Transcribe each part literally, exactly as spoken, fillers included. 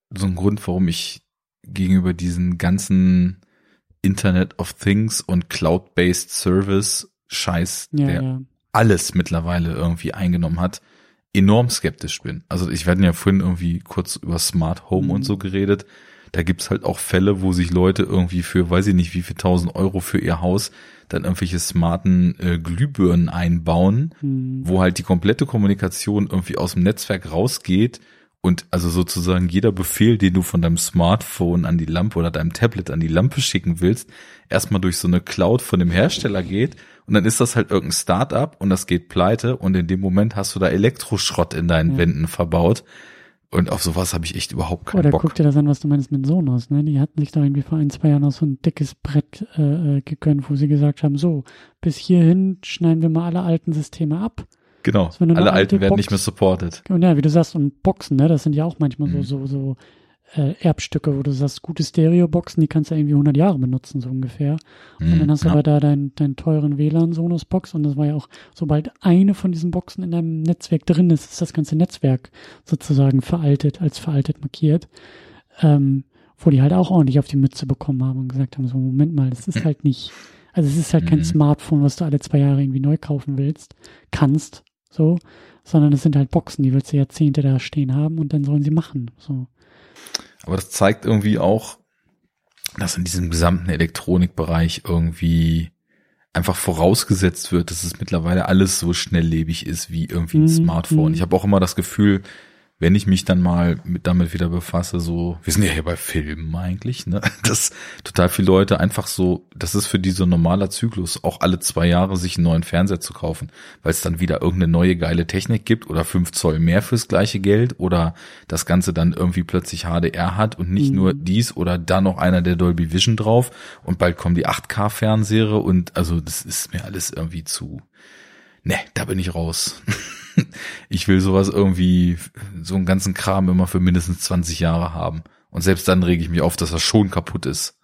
so ein Grund, warum ich gegenüber diesen ganzen Internet of Things und Cloud-based Service Scheiß, Ja, der ja. alles mittlerweile irgendwie eingenommen hat, enorm skeptisch bin. Also ich werde ja vorhin irgendwie kurz über Smart Home Mhm. und so geredet. Da gibt's halt auch Fälle, wo sich Leute irgendwie für, weiß ich nicht, wie viel tausend Euro für ihr Haus dann irgendwelche smarten äh, Glühbirnen einbauen, Mhm. wo halt die komplette Kommunikation irgendwie aus dem Netzwerk rausgeht und also sozusagen jeder Befehl, den du von deinem Smartphone an die Lampe oder deinem Tablet an die Lampe schicken willst, erstmal durch so eine Cloud von dem Hersteller geht und dann ist das halt irgendein Start-up und das geht pleite und in dem Moment hast du da Elektroschrott in deinen Ja. Wänden verbaut und auf sowas habe ich echt überhaupt keinen Oder Bock. guck dir das an, was du meinst mit Sonos, ne? Die hatten sich da irgendwie vor ein, zwei Jahren auch so ein dickes Brett äh, gegönnt, wo sie gesagt haben, so, bis hierhin schneiden wir mal alle alten Systeme ab. Genau, Also wenn du eine alle alte alten werden Box- nicht mehr supported. Und ja, wie du sagst, und Boxen, ne? Das sind ja auch manchmal Mhm. so, so, so äh, Erbstücke, wo du sagst, gute Stereo-Boxen, die kannst du irgendwie hundert Jahre benutzen, so ungefähr. Und dann hast du ja. aber da deinen deinen teuren W L A N-Sonos-Box und das war ja auch, sobald eine von diesen Boxen in deinem Netzwerk drin ist, ist das ganze Netzwerk sozusagen veraltet, als veraltet markiert. Ähm, wo die halt auch ordentlich auf die Mütze bekommen haben und gesagt haben, so, Moment mal, das ist halt nicht, also es ist halt kein Mhm. Smartphone, was du alle zwei Jahre irgendwie neu kaufen willst, kannst, so, sondern es sind halt Boxen, die willst du Jahrzehnte da stehen haben und dann sollen sie machen, so. Aber das zeigt irgendwie auch, dass in diesem gesamten Elektronikbereich irgendwie einfach vorausgesetzt wird, dass es mittlerweile alles so schnelllebig ist wie irgendwie ein Mhm, Smartphone. mhm. Ich habe auch immer das Gefühl, wenn ich mich dann mal mit damit wieder befasse, so, wir sind ja hier bei Filmen eigentlich, ne, dass total viele Leute einfach so, das ist für die so ein normaler Zyklus, auch alle zwei Jahre sich einen neuen Fernseher zu kaufen, weil es dann wieder irgendeine neue geile Technik gibt oder fünf Zoll mehr fürs gleiche Geld oder das Ganze dann irgendwie plötzlich H D R hat und nicht Mhm. nur dies oder da noch einer der Dolby Vision drauf und bald kommen die acht K Fernseher und also das ist mir alles irgendwie zu, ne, da bin ich raus. Ich will sowas irgendwie, so einen ganzen Kram immer für mindestens zwanzig Jahre haben. Und selbst dann rege ich mich auf, dass das schon kaputt ist.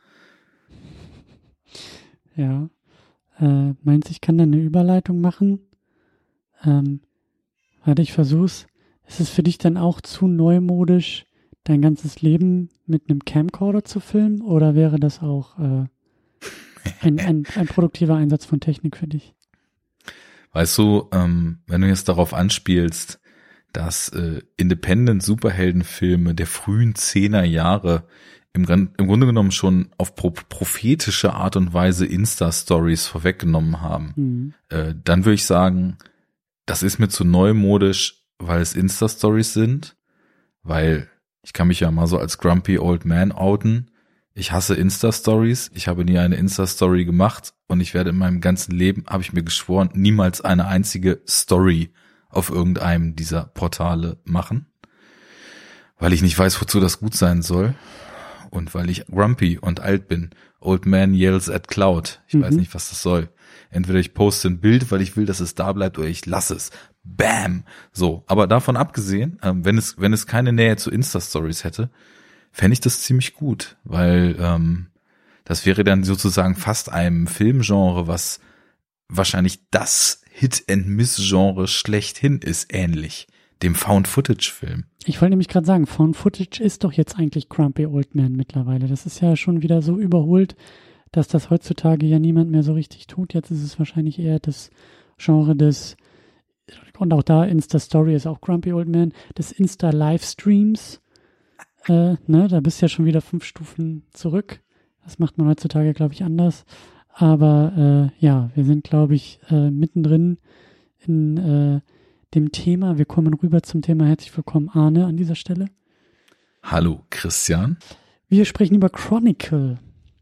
Ja. Äh, meinst du, ich kann da eine Überleitung machen? Ähm, warte, ich versuch's. Ist es für dich dann auch zu neumodisch, dein ganzes Leben mit einem Camcorder zu filmen? Oder wäre das auch äh, ein, ein, ein produktiver Einsatz von Technik für dich? Weißt du, ähm, wenn du jetzt darauf anspielst, dass äh, Independent-Superheldenfilme der frühen Zehner Jahre im, Gran- im Grunde genommen schon auf pro- prophetische Art und Weise Insta-Stories vorweggenommen haben, Mhm. äh, dann würde ich sagen, das ist mir zu neumodisch, weil es Insta-Stories sind, weil ich kann mich ja mal so als grumpy old man outen. Ich hasse Insta-Stories. Ich habe nie eine Insta-Story gemacht und ich werde in meinem ganzen Leben, habe ich mir geschworen, niemals eine einzige Story auf irgendeinem dieser Portale machen, weil ich nicht weiß, wozu das gut sein soll und weil ich grumpy und alt bin. Old man yells at cloud. Ich Mhm. weiß nicht, was das soll. Entweder ich poste ein Bild, weil ich will, dass es da bleibt, oder ich lasse es. Bam! So, aber davon abgesehen, ähm, wenn es wenn es keine Nähe zu Insta-Stories hätte, fände ich das ziemlich gut, weil ähm, das wäre dann sozusagen fast einem Filmgenre, was wahrscheinlich das Hit-and-Miss-Genre schlechthin ist, ähnlich dem Found-Footage-Film. Ich wollte nämlich gerade sagen, Found Footage ist doch jetzt eigentlich Grumpy Old Man mittlerweile. Das ist ja schon wieder so überholt, dass das heutzutage ja niemand mehr so richtig tut. Jetzt ist es wahrscheinlich eher das Genre des, und auch da Insta-Story ist auch Grumpy Old Man, des Insta-Livestreams. Äh, ne, da bist du ja schon wieder fünf Stufen zurück. Das macht man heutzutage, glaube ich, anders. Aber äh, ja, wir sind, glaube ich, äh, mittendrin in äh, dem Thema. Wir kommen rüber zum Thema. Herzlich willkommen, Arne, an dieser Stelle. Hallo, Christian. Wir sprechen über Chronicle.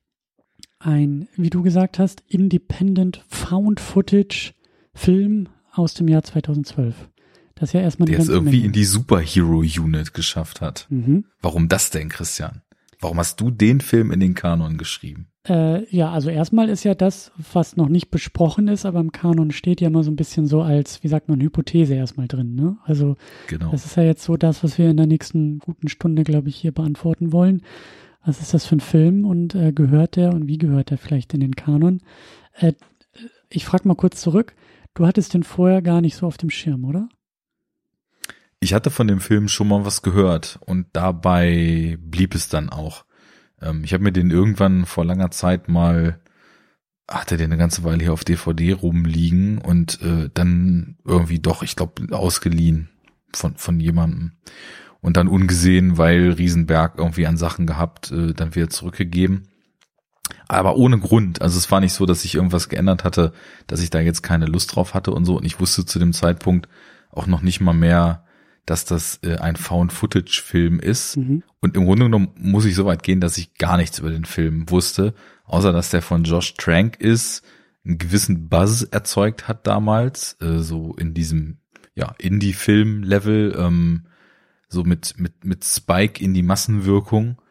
Ein, wie du gesagt hast, Independent Found-Footage-Film aus dem Jahr zweitausendzwölf. Das ist ja erstmal eine Der es ganze irgendwie Menge. in die Superhero-Unit geschafft hat. Mhm. Warum das denn, Christian? Warum hast du den Film in den Kanon geschrieben? Äh, ja, also erstmal ist ja das, was noch nicht besprochen ist, aber im Kanon steht ja immer so ein bisschen so als, wie sagt man, Hypothese erstmal drin, ne? Also Genau. das ist ja jetzt so das, was wir in der nächsten guten Stunde, glaube ich, hier beantworten wollen. Was ist das für ein Film und äh, gehört der und wie gehört der vielleicht in den Kanon? Äh, ich frage mal kurz zurück, du hattest den vorher gar nicht so auf dem Schirm, oder? ich hatte von dem Film schon mal was gehört und dabei blieb es dann auch. Ähm, ich habe mir den irgendwann vor langer Zeit mal, hatte den eine ganze Weile hier auf D V D rumliegen und äh, dann irgendwie doch, ich glaube, ausgeliehen von von jemandem und dann ungesehen, weil Riesenberg irgendwie an Sachen gehabt, äh, dann wieder zurückgegeben. Aber ohne Grund. Also es war nicht so, dass ich irgendwas geändert hatte, dass ich da jetzt keine Lust drauf hatte und so. Und ich wusste zu dem Zeitpunkt auch noch nicht mal mehr, dass das äh, ein Found-Footage-Film ist. Mhm. Und im Grunde genommen muss ich so weit gehen, dass ich gar nichts über den Film wusste, außer dass der von Josh Trank ist, einen gewissen Buzz erzeugt hat damals, äh, so in diesem ja Indie-Film-Level, ähm, so mit mit mit Spike in die Massenwirkung.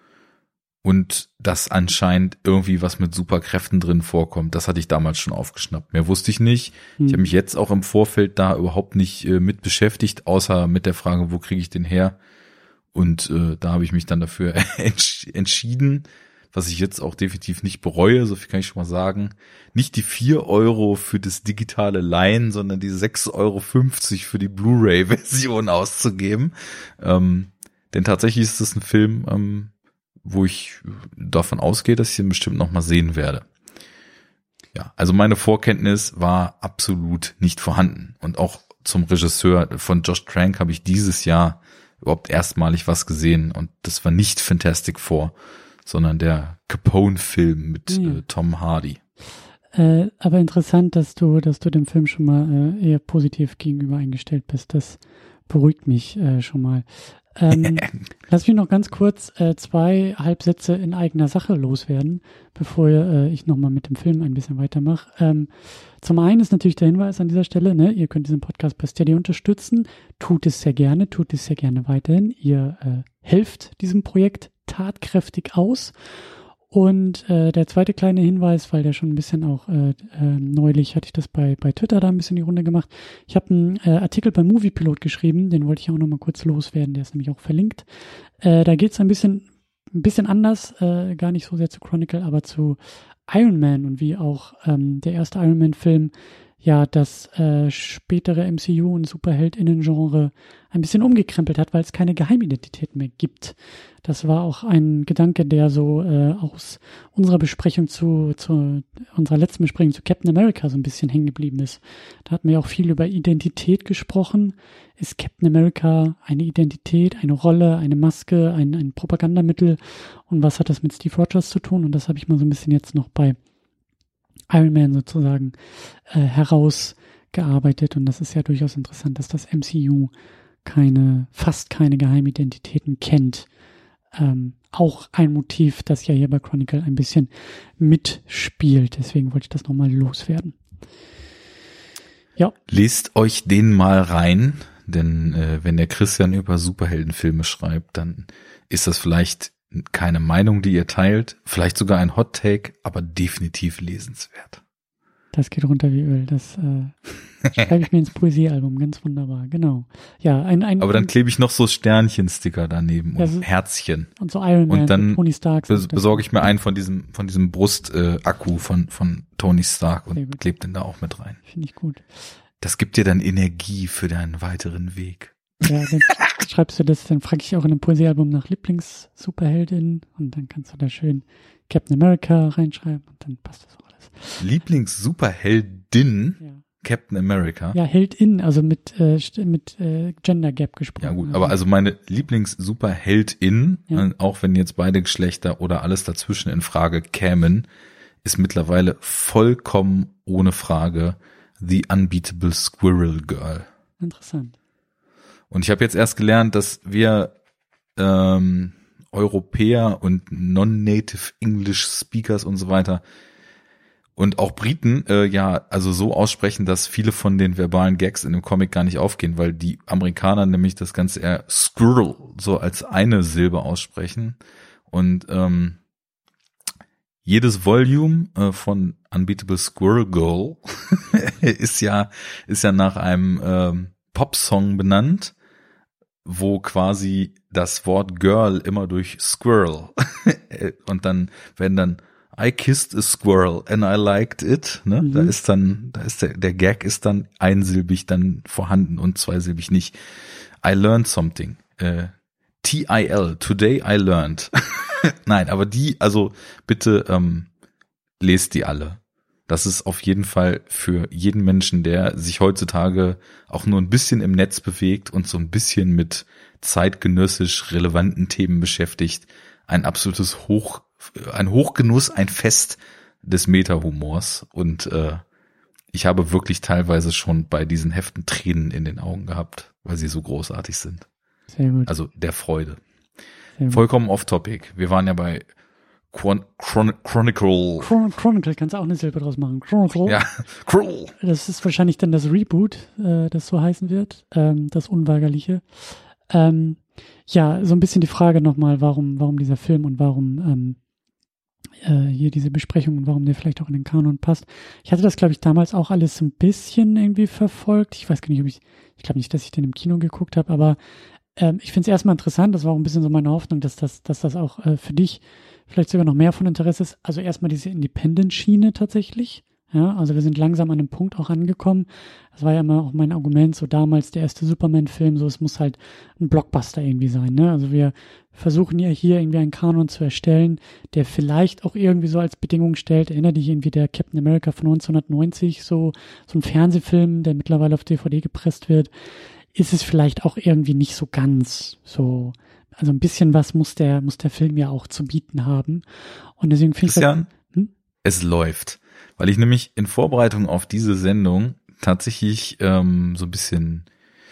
Und dass anscheinend irgendwie was mit Superkräften drin vorkommt, das hatte ich damals schon aufgeschnappt. Mehr wusste ich nicht. Hm. Ich habe mich jetzt auch im Vorfeld da überhaupt nicht äh, mit beschäftigt, außer mit der Frage, wo kriege ich den her? Und äh, da habe ich mich dann dafür entsch- entschieden, was ich jetzt auch definitiv nicht bereue, so viel kann ich schon mal sagen, nicht die vier Euro für das digitale Leihen, sondern die sechs Euro fünfzig für die Blu-ray-Version auszugeben. Ähm, denn tatsächlich ist das ein Film, ähm, wo ich davon ausgehe, dass ich ihn bestimmt noch mal sehen werde. Ja, also meine Vorkenntnis war absolut nicht vorhanden. Und auch zum Regisseur von Josh Trank habe ich dieses Jahr überhaupt erstmalig was gesehen. Und das war nicht Fantastic Four, sondern der Capone-Film mit ja. äh, Tom Hardy. Äh, aber interessant, dass du, dass du dem Film schon mal äh, eher positiv gegenüber eingestellt bist. Das beruhigt mich äh, schon mal. Ähm, lass mich noch ganz kurz äh, zwei Halbsätze in eigener Sache loswerden, bevor äh, ich nochmal mit dem Film ein bisschen weitermache. Ähm, zum einen ist natürlich der Hinweis an dieser Stelle, ne, ihr könnt diesen Podcast bei Steady unterstützen. Tut es sehr gerne, tut es sehr gerne weiterhin. Ihr äh, helft diesem Projekt tatkräftig aus. Und äh, der zweite kleine Hinweis, weil der schon ein bisschen auch äh, äh, neulich hatte ich das bei bei Twitter da ein bisschen die Runde gemacht. Ich habe einen äh, Artikel beim Moviepilot geschrieben, den wollte ich auch noch mal kurz loswerden, der ist nämlich auch verlinkt. Äh, da geht es ein bisschen ein bisschen anders, äh, gar nicht so sehr zu Chronicle, aber zu Iron Man und wie auch ähm, der erste Iron Man Film ja das äh, spätere M C U und Superheldinnen-Genre ein bisschen umgekrempelt hat, weil es keine Geheimidentität mehr gibt. Das war auch ein Gedanke, der so äh, aus unserer Besprechung zu, zu unserer letzten Besprechung zu Captain America so ein bisschen hängen geblieben ist. Da hatten wir auch viel über Identität gesprochen. Ist Captain America eine Identität, eine Rolle, eine Maske, ein, ein Propagandamittel? Und was hat das mit Steve Rogers zu tun? Und das habe ich mal so ein bisschen jetzt noch bei Iron Man sozusagen äh, herausgearbeitet. Und das ist ja durchaus interessant, dass das M C U keine, fast keine Geheimidentitäten kennt. Ähm, auch ein Motiv, das ja hier bei Chronicle ein bisschen mitspielt. Deswegen wollte ich das nochmal loswerden. Ja. Lest euch den mal rein, denn äh, wenn der Christian über Superheldenfilme schreibt, dann ist das vielleicht keine Meinung, die ihr teilt, vielleicht sogar ein Hot Take, aber definitiv lesenswert. Das geht runter wie Öl. Das äh, schreibe ich mir ins Poesiealbum. Ganz wunderbar. Genau. Ja, ein, ein, aber dann klebe ich noch so Sternchen-Sticker daneben ja, und so, Herzchen. Und so Iron Man, und dann Tony Stark. bes- besorge ich mir einen von diesem von diesem Brust-Akku äh, von von Tony Stark und klebe den da auch mit rein. Finde ich gut. Das gibt dir dann Energie für deinen weiteren Weg. Ja, dann schreibst du das, dann frage ich auch in einem Poesiealbum nach Lieblings-Superheldin und dann kannst du da schön Captain America reinschreiben und dann passt das auch alles. Lieblings-Superheldin Ja. Captain America. Ja, Heldin, also mit äh, mit äh, Gender Gap gesprochen. Ja gut, aber also meine Lieblings-Superheldin, Ja. äh, auch wenn jetzt beide Geschlechter oder alles dazwischen in Frage kämen, ist mittlerweile vollkommen ohne Frage The Unbeatable Squirrel Girl. Interessant. Und ich habe jetzt erst gelernt, dass wir ähm, Europäer und Non-Native English Speakers und so weiter und auch Briten äh, ja also so aussprechen, dass viele von den verbalen Gags in dem Comic gar nicht aufgehen, weil die Amerikaner nämlich das Ganze eher Squirrel so als eine Silbe aussprechen. Und ähm, jedes Volume äh, von Unbeatable Squirrel Girl ist ja ist ja nach einem ähm, Popsong benannt, wo quasi das Wort Girl immer durch Squirrel und dann werden dann I kissed a squirrel and I liked it. Ne? Mhm. Da ist dann, da ist der, der Gag ist dann einsilbig dann vorhanden und zweisilbig nicht. I learned something. Äh, T I L, today I learned. Nein, aber die, also bitte ähm, lest die alle. Das ist auf jeden Fall für jeden Menschen, der sich heutzutage auch nur ein bisschen im Netz bewegt und so ein bisschen mit zeitgenössisch relevanten Themen beschäftigt, ein absolutes Hoch, ein Hochgenuss, ein Fest des Meta-Humors. Und äh, ich habe wirklich teilweise schon bei diesen Heften Tränen in den Augen gehabt, weil sie so großartig sind. Sehr gut. Also der Freude. Sehr gut. Vollkommen off-topic. Wir waren ja bei Chron- Chron- Chronicle. Chron- Chronicle, kannst du auch eine Silbe draus machen. Chronicle. Ja, Cruel. Das ist wahrscheinlich dann das Reboot, äh, das so heißen wird, ähm, das Unweigerliche. Ähm, ja, so ein bisschen die Frage nochmal, warum, warum dieser Film und warum ähm, äh, hier diese Besprechung und warum der vielleicht auch in den Kanon passt. Ich hatte das, glaube ich, damals auch alles so ein bisschen irgendwie verfolgt. Ich weiß gar nicht, ob ich, ich glaube nicht, dass ich den im Kino geguckt habe, aber ähm, ich finde es erstmal interessant. Das war auch ein bisschen so meine Hoffnung, dass das, dass das auch äh, für dich vielleicht sogar noch mehr von Interesse ist. Also erstmal diese Independent-Schiene tatsächlich. Ja, also wir sind langsam an einem Punkt auch angekommen. Das war ja immer auch mein Argument, so damals der erste Superman-Film, so es muss halt ein Blockbuster irgendwie sein, ne? Also wir versuchen ja hier irgendwie einen Kanon zu erstellen, der vielleicht auch irgendwie so als Bedingung stellt, erinnere dich irgendwie der Captain America von neunzehnhundertneunzig, so, so ein Fernsehfilm, der mittlerweile auf D V D gepresst wird, ist es vielleicht auch irgendwie nicht so ganz so, also ein bisschen was muss der, muss der Film ja auch zu bieten haben. Und deswegen finde ich Christian, das, hm? es läuft. Weil ich nämlich in Vorbereitung auf diese Sendung tatsächlich ähm, so ein bisschen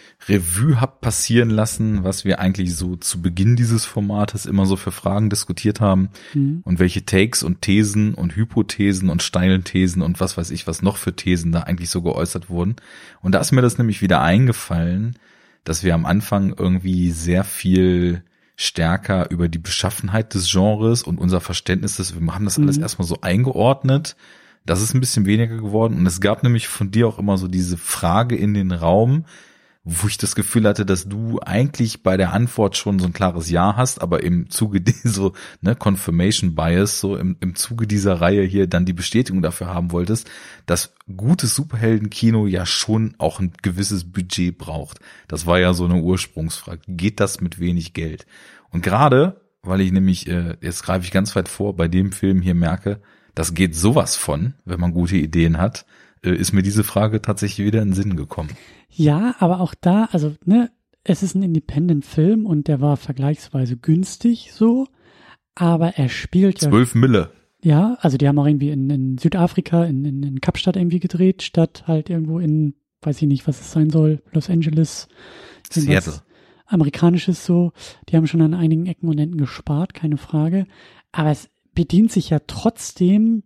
Revue hab passieren lassen, was wir eigentlich so zu Beginn dieses Formates immer so für Fragen diskutiert haben Mhm. und welche Takes und Thesen und Hypothesen und steilen Thesen und was weiß ich, was noch für Thesen da eigentlich so geäußert wurden. Und da ist mir das nämlich wieder eingefallen, dass wir am Anfang irgendwie sehr viel stärker über die Beschaffenheit des Genres und unser Verständnis des, wir haben das alles Mhm. erstmal so eingeordnet. Das ist ein bisschen weniger geworden und es gab nämlich von dir auch immer so diese Frage in den Raum, wo ich das Gefühl hatte, dass du eigentlich bei der Antwort schon so ein klares Ja hast, aber im Zuge dieser, so, ne, Confirmation Bias, so im, im Zuge dieser Reihe hier dann die Bestätigung dafür haben wolltest, dass gutes Superheldenkino ja schon auch ein gewisses Budget braucht. Das war ja so eine Ursprungsfrage. Geht das mit wenig Geld? Und gerade, weil ich nämlich, äh, jetzt greife ich ganz weit vor, bei dem Film hier merke, das geht sowas von, wenn man gute Ideen hat, äh, ist mir diese Frage tatsächlich wieder in den Sinn gekommen. Ja, aber auch da, also, ne, es ist ein Independent-Film und der war vergleichsweise günstig so, aber er spielt ja, Zwölf Mille. ja, also die haben auch irgendwie in, in Südafrika, in, in, in Kapstadt irgendwie gedreht, statt halt irgendwo in, weiß ich nicht, was es sein soll, Los Angeles. irgendwas Seattle. Amerikanisches so. Die haben schon an einigen Ecken und Enden gespart, keine Frage. Aber es bedient sich ja trotzdem,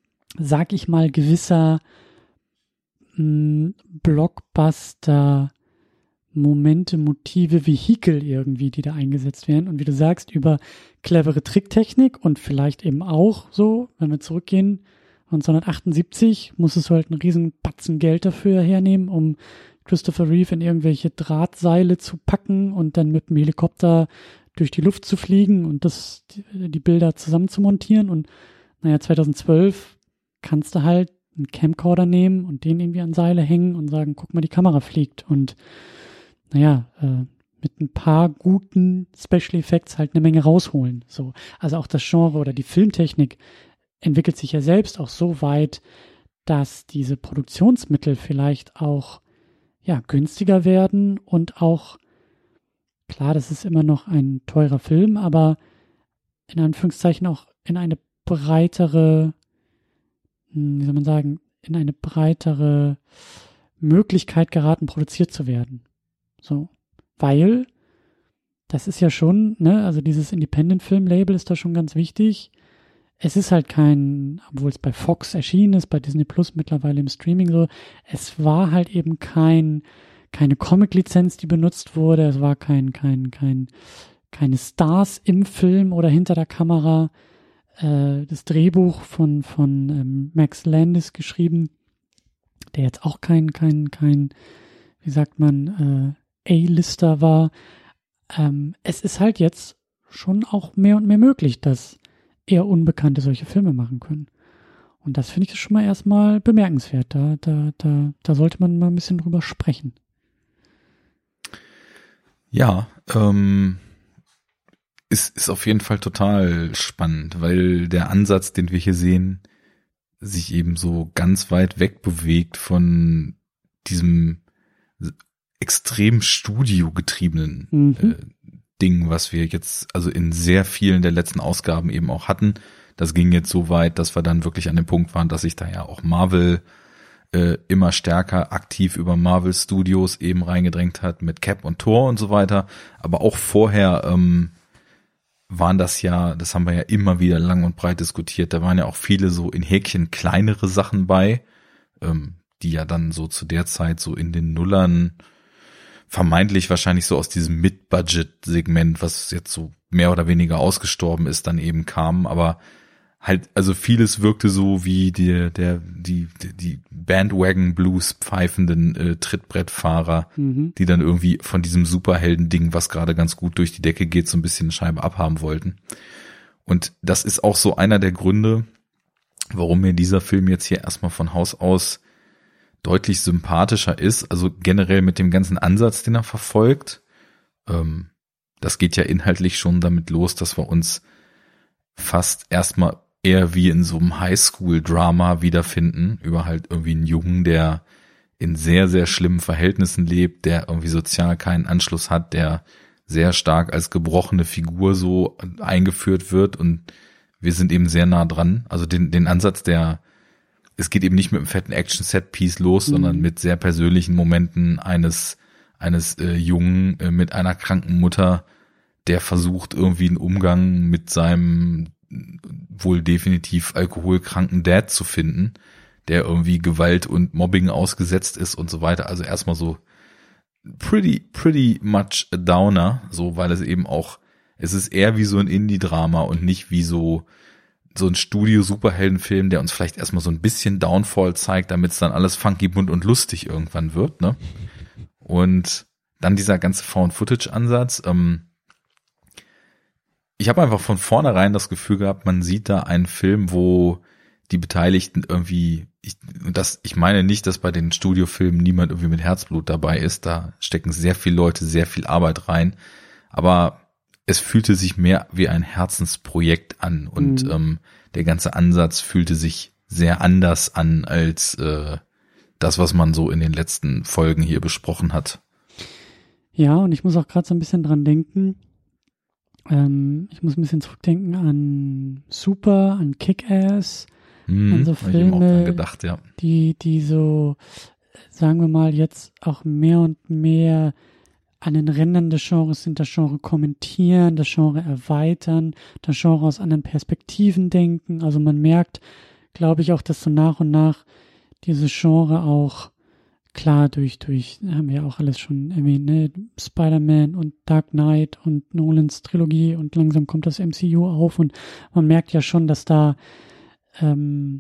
sag ich mal, gewisser mh, Blockbuster Momente, Motive, Vehikel irgendwie, die da eingesetzt werden. Und wie du sagst, über clevere Tricktechnik und vielleicht eben auch so, wenn wir zurückgehen, neunzehnhundertachtundsiebzig musstest du halt einen riesen Batzen Geld dafür hernehmen, um Christopher Reeve in irgendwelche Drahtseile zu packen und dann mit dem Helikopter durch die Luft zu fliegen und das, die, die Bilder zusammen zu montieren. Und naja, zweitausendzwölf kannst du halt einen Camcorder nehmen und den irgendwie an Seile hängen und sagen, guck mal, die Kamera fliegt. Und naja, äh, mit ein paar guten Special Effects halt eine Menge rausholen. So, also auch das Genre oder die Filmtechnik entwickelt sich ja selbst auch so weit, dass diese Produktionsmittel vielleicht auch ja günstiger werden und auch, klar, das ist immer noch ein teurer Film, aber in Anführungszeichen auch in eine breitere, wie soll man sagen, in eine breitere Möglichkeit geraten, produziert zu werden. So, weil das ist ja schon, ne, also dieses Independent-Film-Label ist da schon ganz wichtig. Es ist halt kein, obwohl es bei Fox erschienen ist, bei Disney Plus mittlerweile im Streaming so, es war halt eben kein, keine Comic-Lizenz, die benutzt wurde, es war kein, kein, kein, keine Stars im Film oder hinter der Kamera. Äh, das Drehbuch von, von ähm, Max Landis geschrieben, der jetzt auch kein, kein, kein, wie sagt man, äh, A-Lister war. Ähm, es ist halt jetzt schon auch mehr und mehr möglich, dass eher Unbekannte solche Filme machen können. Und das finde ich schon mal erstmal bemerkenswert. Da, da, da, da sollte man mal ein bisschen drüber sprechen. Ja, ähm, ist, ist auf jeden Fall total spannend, weil der Ansatz, den wir hier sehen, sich eben so ganz weit weg bewegt von diesem extrem studiogetriebenen mhm. äh, Ding, was wir jetzt also in sehr vielen der letzten Ausgaben eben auch hatten. Das ging jetzt so weit, dass wir dann wirklich an dem Punkt waren, dass sich da ja auch Marvel äh, immer stärker aktiv über Marvel Studios eben reingedrängt hat mit Cap und Thor und so weiter. Aber auch vorher ähm, waren das ja, das haben wir ja immer wieder lang und breit diskutiert, da waren ja auch viele so in Häkchen kleinere Sachen bei, ähm, die ja dann so zu der Zeit so in den Nullern vermeintlich wahrscheinlich so aus diesem Mid-Budget-Segment, was jetzt so mehr oder weniger ausgestorben ist, dann eben kamen, aber halt, also vieles wirkte so wie die, der, die, die Bandwagon-Blues pfeifenden äh, Trittbrettfahrer, mhm. die dann irgendwie von diesem Superhelden-Ding, was gerade ganz gut durch die Decke geht, so ein bisschen eine Scheibe abhaben wollten. Und das ist auch so einer der Gründe, warum mir dieser Film jetzt hier erstmal von Haus aus deutlich sympathischer ist, also generell mit dem ganzen Ansatz, den er verfolgt. Ähm, das geht ja inhaltlich schon damit los, dass wir uns fast erstmal eher wie in so einem Highschool-Drama wiederfinden, über halt irgendwie einen Jungen, der in sehr, sehr schlimmen Verhältnissen lebt, der irgendwie sozial keinen Anschluss hat, der sehr stark als gebrochene Figur so eingeführt wird, und wir sind eben sehr nah dran. Also den, den Ansatz, der es geht eben nicht mit einem fetten Action-Set-Piece los, mhm. sondern mit sehr persönlichen Momenten eines eines äh, Jungen äh, mit einer kranken Mutter, der versucht, irgendwie einen Umgang mit seinem wohl definitiv alkoholkranken Dad zu finden, der irgendwie Gewalt und Mobbing ausgesetzt ist und so weiter. Also erstmal so pretty, pretty much a downer, so, weil es eben auch, es ist eher wie so ein Indie-Drama und nicht wie so so ein Studio-Superheldenfilm, der uns vielleicht erstmal so ein bisschen Downfall zeigt, damit es dann alles funky, bunt und lustig irgendwann wird, ne? Und dann dieser ganze Found-Footage-Ansatz. Ähm, ich habe einfach von vornherein das Gefühl gehabt, man sieht da einen Film, wo die Beteiligten irgendwie, ich, und das, ich meine nicht, dass bei den Studiofilmen niemand irgendwie mit Herzblut dabei ist, da stecken sehr viele Leute, sehr viel Arbeit rein, aber es fühlte sich mehr wie ein Herzensprojekt an, und mhm. ähm, der ganze Ansatz fühlte sich sehr anders an als äh, das, was man so in den letzten Folgen hier besprochen hat. Ja, und ich muss auch gerade so ein bisschen dran denken, ähm, ich muss ein bisschen zurückdenken an Super, an Kick-Ass, mhm, an so Filme, gedacht, ja. die, die so, sagen wir mal, jetzt auch mehr und mehr an den Rändern des Genres sind, das Genre kommentieren, das Genre erweitern, das Genre aus anderen Perspektiven denken. Also man merkt, glaube ich, auch, dass so nach und nach dieses Genre auch, klar, durch, durch, haben wir ja auch alles schon erwähnt, ne, Spider-Man und Dark Knight und Nolans Trilogie, und langsam kommt das M C U auf, und man merkt ja schon, dass da ähm,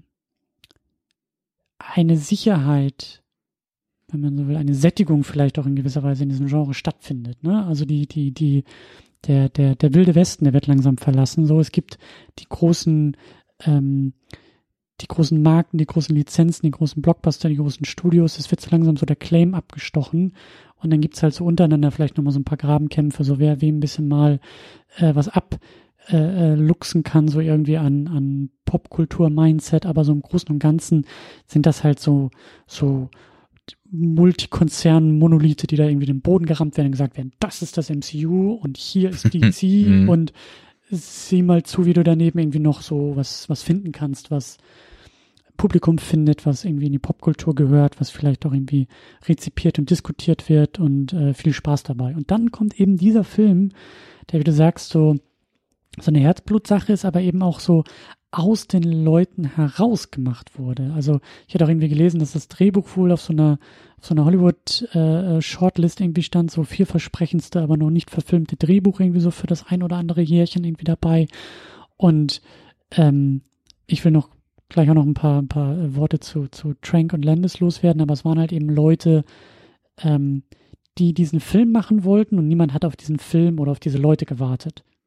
eine Sicherheit, wenn man so will, eine Sättigung vielleicht auch in gewisser Weise in diesem Genre stattfindet, ne? Also die, die, die, der, der, der wilde Westen, der wird langsam verlassen. So, es gibt die großen, ähm, die großen Marken, die großen Lizenzen, die großen Blockbuster, die großen Studios. Es wird so langsam so der Claim abgestochen, und dann gibt's halt so untereinander vielleicht nochmal so ein paar Grabenkämpfe, so wer wem ein bisschen mal äh, was ab äh, luchsen kann, so irgendwie an, an Popkultur-Mindset, aber so im Großen und Ganzen sind das halt so, so Multikonzern-Monolithe, die da irgendwie den Boden gerammt werden und gesagt werden, das ist das M C U und hier ist D C und sieh mal zu, wie du daneben irgendwie noch so was, was finden kannst, was Publikum findet, was irgendwie in die Popkultur gehört, was vielleicht auch irgendwie rezipiert und diskutiert wird, und äh, viel Spaß dabei. Und dann kommt eben dieser Film, der, wie du sagst, so, so eine Herzblutsache ist, aber eben auch so aus den Leuten heraus gemacht wurde. Also ich hatte auch irgendwie gelesen, dass das Drehbuch wohl auf so einer, auf so einer Hollywood-Shortlist äh, irgendwie stand, so vielversprechendste, aber noch nicht verfilmte Drehbuch irgendwie so für das ein oder andere Jährchen irgendwie dabei. Und ähm, ich will noch gleich auch noch ein paar, ein paar Worte zu, zu Trank und Landis loswerden, aber es waren halt eben Leute, ähm, die diesen Film machen wollten, und niemand hat auf diesen Film oder auf diese Leute gewartet.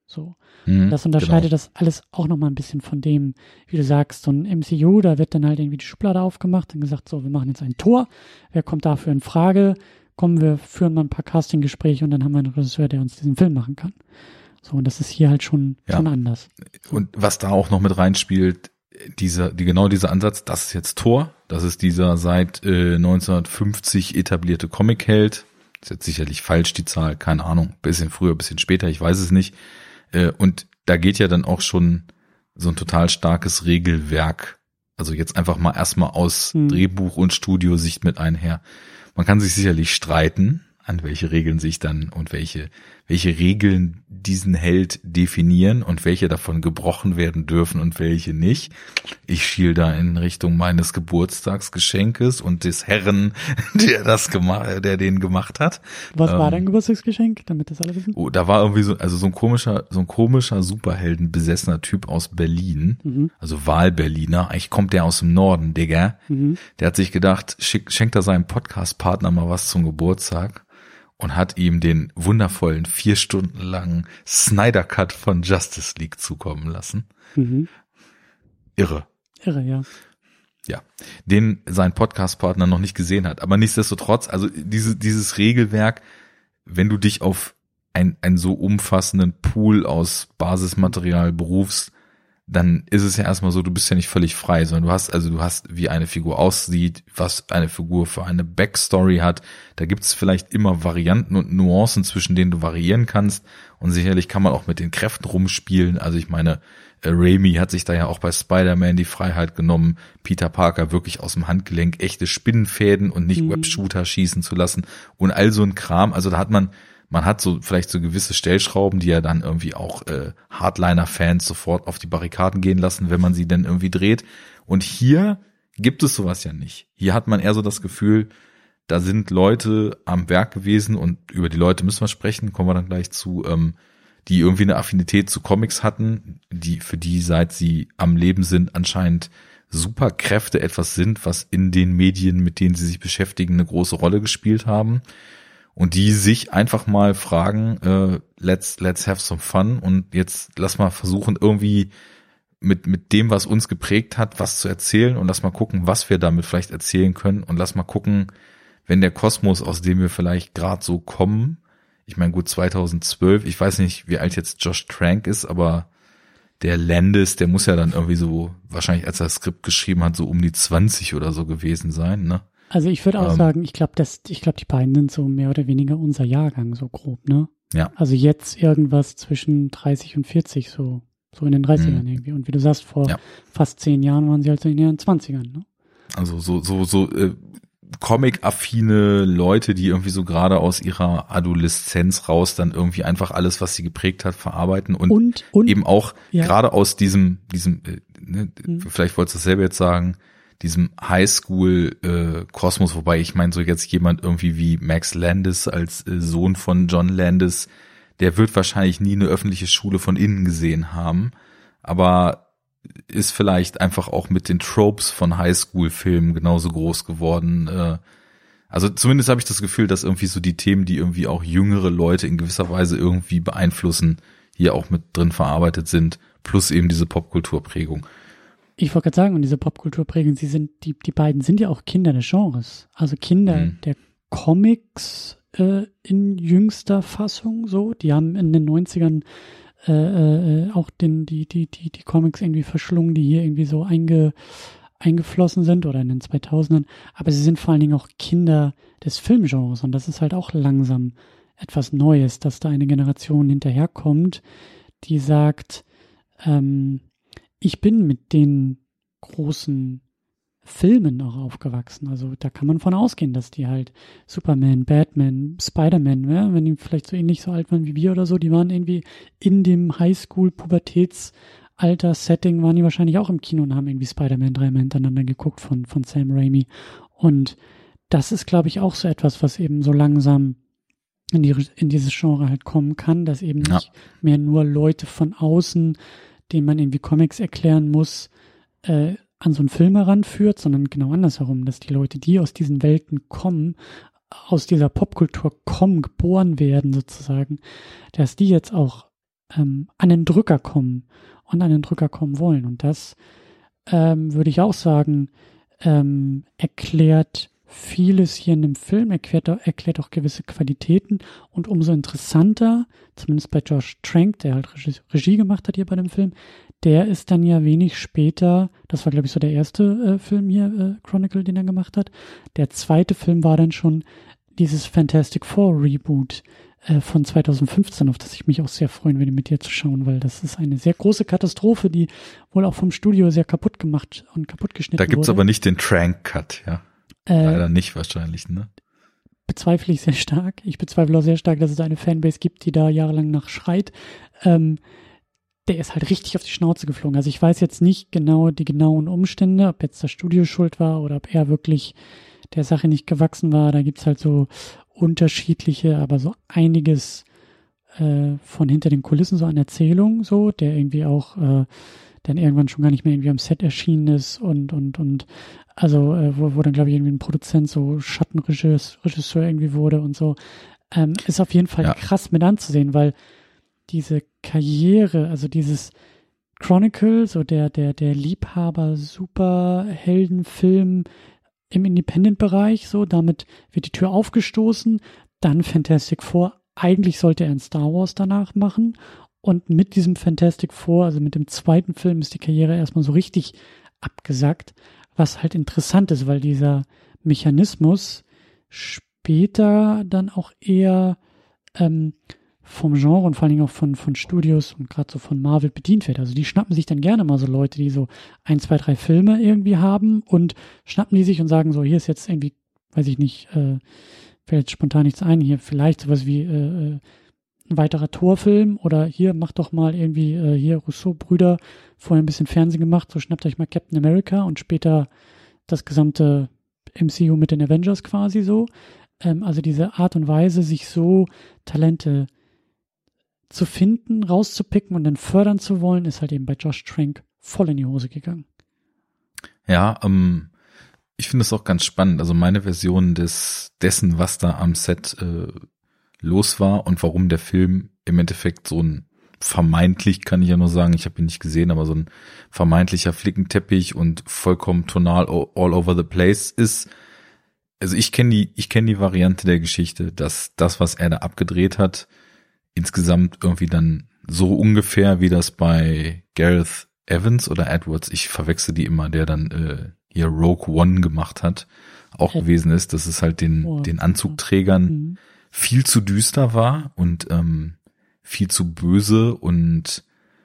So. Mhm, das unterscheidet genau. das alles auch nochmal ein bisschen von dem, wie du sagst, so ein M C U, da wird dann halt irgendwie die Schublade aufgemacht und gesagt, so, wir machen jetzt ein Tor, wer kommt dafür in Frage? Kommen wir, führen mal ein paar Casting-Gespräche und dann haben wir einen Regisseur, der uns diesen Film machen kann. So, und das ist hier halt schon, Ja. schon anders. Und was da auch noch mit reinspielt, dieser, die, genau dieser Ansatz, das ist jetzt Thor, das ist dieser seit äh, neunzehnhundertfünfzig etablierte Comic-Held. Ist jetzt sicherlich falsch, die Zahl, keine Ahnung, bisschen früher, bisschen später, ich weiß es nicht. Äh, und da geht ja dann auch schon so ein total starkes Regelwerk, also jetzt einfach mal erstmal aus Hm. Drehbuch- und Studiosicht mit einher. Man kann sich sicherlich streiten, an welche Regeln sich dann und welche welche Regeln diesen Held definieren und welche davon gebrochen werden dürfen und welche nicht. Ich schiel da in Richtung meines Geburtstagsgeschenkes und des Herren, der das gemacht, der den gemacht hat. Was war Ähm, dein Geburtstagsgeschenk, damit das alle wissen? Oh, da war irgendwie so, also so ein komischer, so ein komischer Superheldenbesessener Typ aus Berlin, Mhm. also Wahlberliner. Eigentlich kommt der aus dem Norden, Digga. Mhm. Der hat sich gedacht, schick, schenkt er seinem Podcast-Partner mal was zum Geburtstag und hat ihm den wundervollen, vier Stunden langen Snyder-Cut von Justice League zukommen lassen. Mhm. Irre. Irre, ja. Ja, den sein Podcast-Partner noch nicht gesehen hat. Aber nichtsdestotrotz, also diese, dieses Regelwerk, wenn du dich auf ein, einen so umfassenden Pool aus Basismaterial berufst, dann ist es ja erstmal so, du bist ja nicht völlig frei, sondern du hast, also du hast, wie eine Figur aussieht, was eine Figur für eine Backstory hat. Da gibt es vielleicht immer Varianten und Nuancen, zwischen denen du variieren kannst. Und sicherlich kann man auch mit den Kräften rumspielen. Also ich meine, äh, Raimi hat sich da ja auch bei Spider-Man die Freiheit genommen, Peter Parker wirklich aus dem Handgelenk echte Spinnenfäden und nicht Mhm. Webshooter schießen zu lassen und all so ein Kram. Also da hat man Man hat so vielleicht so gewisse Stellschrauben, die ja dann irgendwie auch äh, Hardliner-Fans sofort auf die Barrikaden gehen lassen, wenn man sie denn irgendwie dreht. Und hier gibt es sowas ja nicht. Hier hat man eher so das Gefühl, da sind Leute am Werk gewesen und über die Leute müssen wir sprechen, kommen wir dann gleich zu, ähm, die irgendwie eine Affinität zu Comics hatten, die für die, seit sie am Leben sind, anscheinend Superkräfte etwas sind, was in den Medien, mit denen sie sich beschäftigen, eine große Rolle gespielt haben. Und die sich einfach mal fragen, äh, let's let's have some fun und jetzt lass mal versuchen, irgendwie mit mit dem, was uns geprägt hat, was zu erzählen und lass mal gucken, was wir damit vielleicht erzählen können und lass mal gucken, wenn der Kosmos, aus dem wir vielleicht gerade so kommen, ich meine gut zweitausendzwölf, ich weiß nicht, wie alt jetzt Josh Trank ist, aber der Landis, der muss ja dann irgendwie so, wahrscheinlich als er das Skript geschrieben hat, so um die zwanzig oder so gewesen sein, ne? Also ich würde auch Ähm. sagen, ich glaube, das, ich glaube, die beiden sind so mehr oder weniger unser Jahrgang, so grob, ne? Ja. Also jetzt irgendwas zwischen dreißig und vierzig, so, so in den dreißigern Mhm. irgendwie. Und wie du sagst, vor Ja. fast zehn Jahren waren sie halt so in ihren zwanzigern, ne? Also so so so äh, Comic-affine Leute, die irgendwie so gerade aus ihrer Adoleszenz raus dann irgendwie einfach alles, was sie geprägt hat, verarbeiten und, Und, und, eben auch ja. gerade aus diesem diesem äh, ne, Mhm. vielleicht wolltest du es selber jetzt sagen, diesem Highschool-Kosmos, wobei ich meine, so jetzt jemand irgendwie wie Max Landis als äh, Sohn von John Landis, der wird wahrscheinlich nie eine öffentliche Schule von innen gesehen haben, aber ist vielleicht einfach auch mit den Tropes von Highschool-Filmen genauso groß geworden. Äh, also zumindest habe ich das Gefühl, dass irgendwie so die Themen, die irgendwie auch jüngere Leute in gewisser Weise irgendwie beeinflussen, hier auch mit drin verarbeitet sind, plus eben diese Popkulturprägung. Ich wollte gerade sagen, und diese Popkultur prägen, sie sind, die, die beiden sind ja auch Kinder des Genres. Also Kinder Mhm. der Comics äh, in jüngster Fassung, so. Die haben in den neunzigern äh, äh, auch den, die, die, die, die Comics irgendwie verschlungen, die hier irgendwie so einge, eingeflossen sind oder in den zweitausendern. Aber sie sind vor allen Dingen auch Kinder des Filmgenres. Und das ist halt auch langsam etwas Neues, dass da eine Generation hinterherkommt, die sagt, ähm, ich bin mit den großen Filmen auch aufgewachsen. Also da kann man von ausgehen, dass die halt Superman, Batman, Spider-Man, ja, wenn die vielleicht so ähnlich so alt waren wie wir oder so, die waren irgendwie in dem Highschool-Pubertätsalter-Setting, waren die wahrscheinlich auch im Kino und haben irgendwie Spider-Man dreimal hintereinander geguckt von, von Sam Raimi. Und das ist, glaube ich, auch so etwas, was eben so langsam in, die, in dieses Genre halt kommen kann, dass eben Ja. nicht mehr nur Leute von außen, denen man irgendwie Comics erklären muss, äh, an so einen Film heranführt, sondern genau andersherum, dass die Leute, die aus diesen Welten kommen, aus dieser Popkultur kommen, geboren werden sozusagen, dass die jetzt auch ähm, an den Drücker kommen und an den Drücker kommen wollen. Und das ähm, würde ich auch sagen, ähm, erklärt vieles hier in dem Film, erklärt, erklärt auch gewisse Qualitäten und umso interessanter, zumindest bei Josh Trank, der halt Regie, Regie gemacht hat hier bei dem Film, der ist dann ja wenig später, das war glaube ich so der erste äh, Film hier, äh, Chronicle, den er gemacht hat. Der zweite Film war dann schon dieses Fantastic Four Reboot äh, von zweitausendfünfzehn, auf das ich mich auch sehr freuen würde, mit dir zu schauen, weil das ist eine sehr große Katastrophe, die wohl auch vom Studio sehr kaputt gemacht und kaputt geschnitten wurde. Da gibt's wurde. aber nicht den Trank-Cut, ja. Äh, Leider nicht wahrscheinlich, ne? Bezweifle ich sehr stark. Ich bezweifle auch sehr stark, dass es eine Fanbase gibt, die da jahrelang nach schreit. Ähm, der ist halt richtig auf die Schnauze geflogen. Also ich weiß jetzt nicht genau die genauen Umstände, ob jetzt das Studio schuld war oder ob er wirklich der Sache nicht gewachsen war. Da gibt's halt so unterschiedliche, aber so einiges äh, von hinter den Kulissen, so an Erzählung, so, der irgendwie auch äh, dann irgendwann schon gar nicht mehr irgendwie am Set erschienen ist und, und, und also äh, wo, wo dann, glaube ich, irgendwie ein Produzent so Schattenregisseur irgendwie wurde und so. Ähm, ist auf jeden Fall Ja. krass mit anzusehen, weil diese Karriere, also dieses Chronicle, so der, der, der Liebhaber-Superheldenfilm im Independent-Bereich, so, damit wird die Tür aufgestoßen, dann Fantastic Four, eigentlich sollte er ein Star Wars danach machen und mit diesem Fantastic Four, also mit dem zweiten Film, ist die Karriere erstmal so richtig abgesackt, was halt interessant ist, weil dieser Mechanismus später dann auch eher ähm, vom Genre und vor allen Dingen auch von, von Studios und gerade so von Marvel bedient wird. Also die schnappen sich dann gerne mal so Leute, die so ein, zwei, drei Filme irgendwie haben und schnappen die sich und sagen so, hier ist jetzt irgendwie, weiß ich nicht, äh, fällt jetzt spontan nichts ein, hier vielleicht sowas wie äh, ein weiterer Torfilm oder hier macht doch mal irgendwie äh, hier Rousseau-Brüder vorher ein bisschen Fernsehen gemacht, so schnappt euch mal Captain America und später das gesamte M C U mit den Avengers quasi so. Ähm, also diese Art und Weise, sich so Talente zu finden, rauszupicken und dann fördern zu wollen, ist halt eben bei Josh Trank voll in die Hose gegangen. Ja, ähm, ich finde es auch ganz spannend. Also meine Version des dessen, was da am Set äh, los war und warum der Film im Endeffekt so ein vermeintlich, kann ich ja nur sagen, ich habe ihn nicht gesehen, aber so ein vermeintlicher Flickenteppich und vollkommen tonal all over the place ist. Also ich kenne die, ich kenne die Variante der Geschichte, dass das, was er da abgedreht hat, insgesamt irgendwie dann so ungefähr wie das bei Gareth Evans oder Edwards, ich verwechsel die immer, der dann äh, hier Rogue One gemacht hat, auch Ed- gewesen ist, dass es halt den, Oh, den Anzugträgern Mhm. viel zu düster war und ähm, viel zu böse und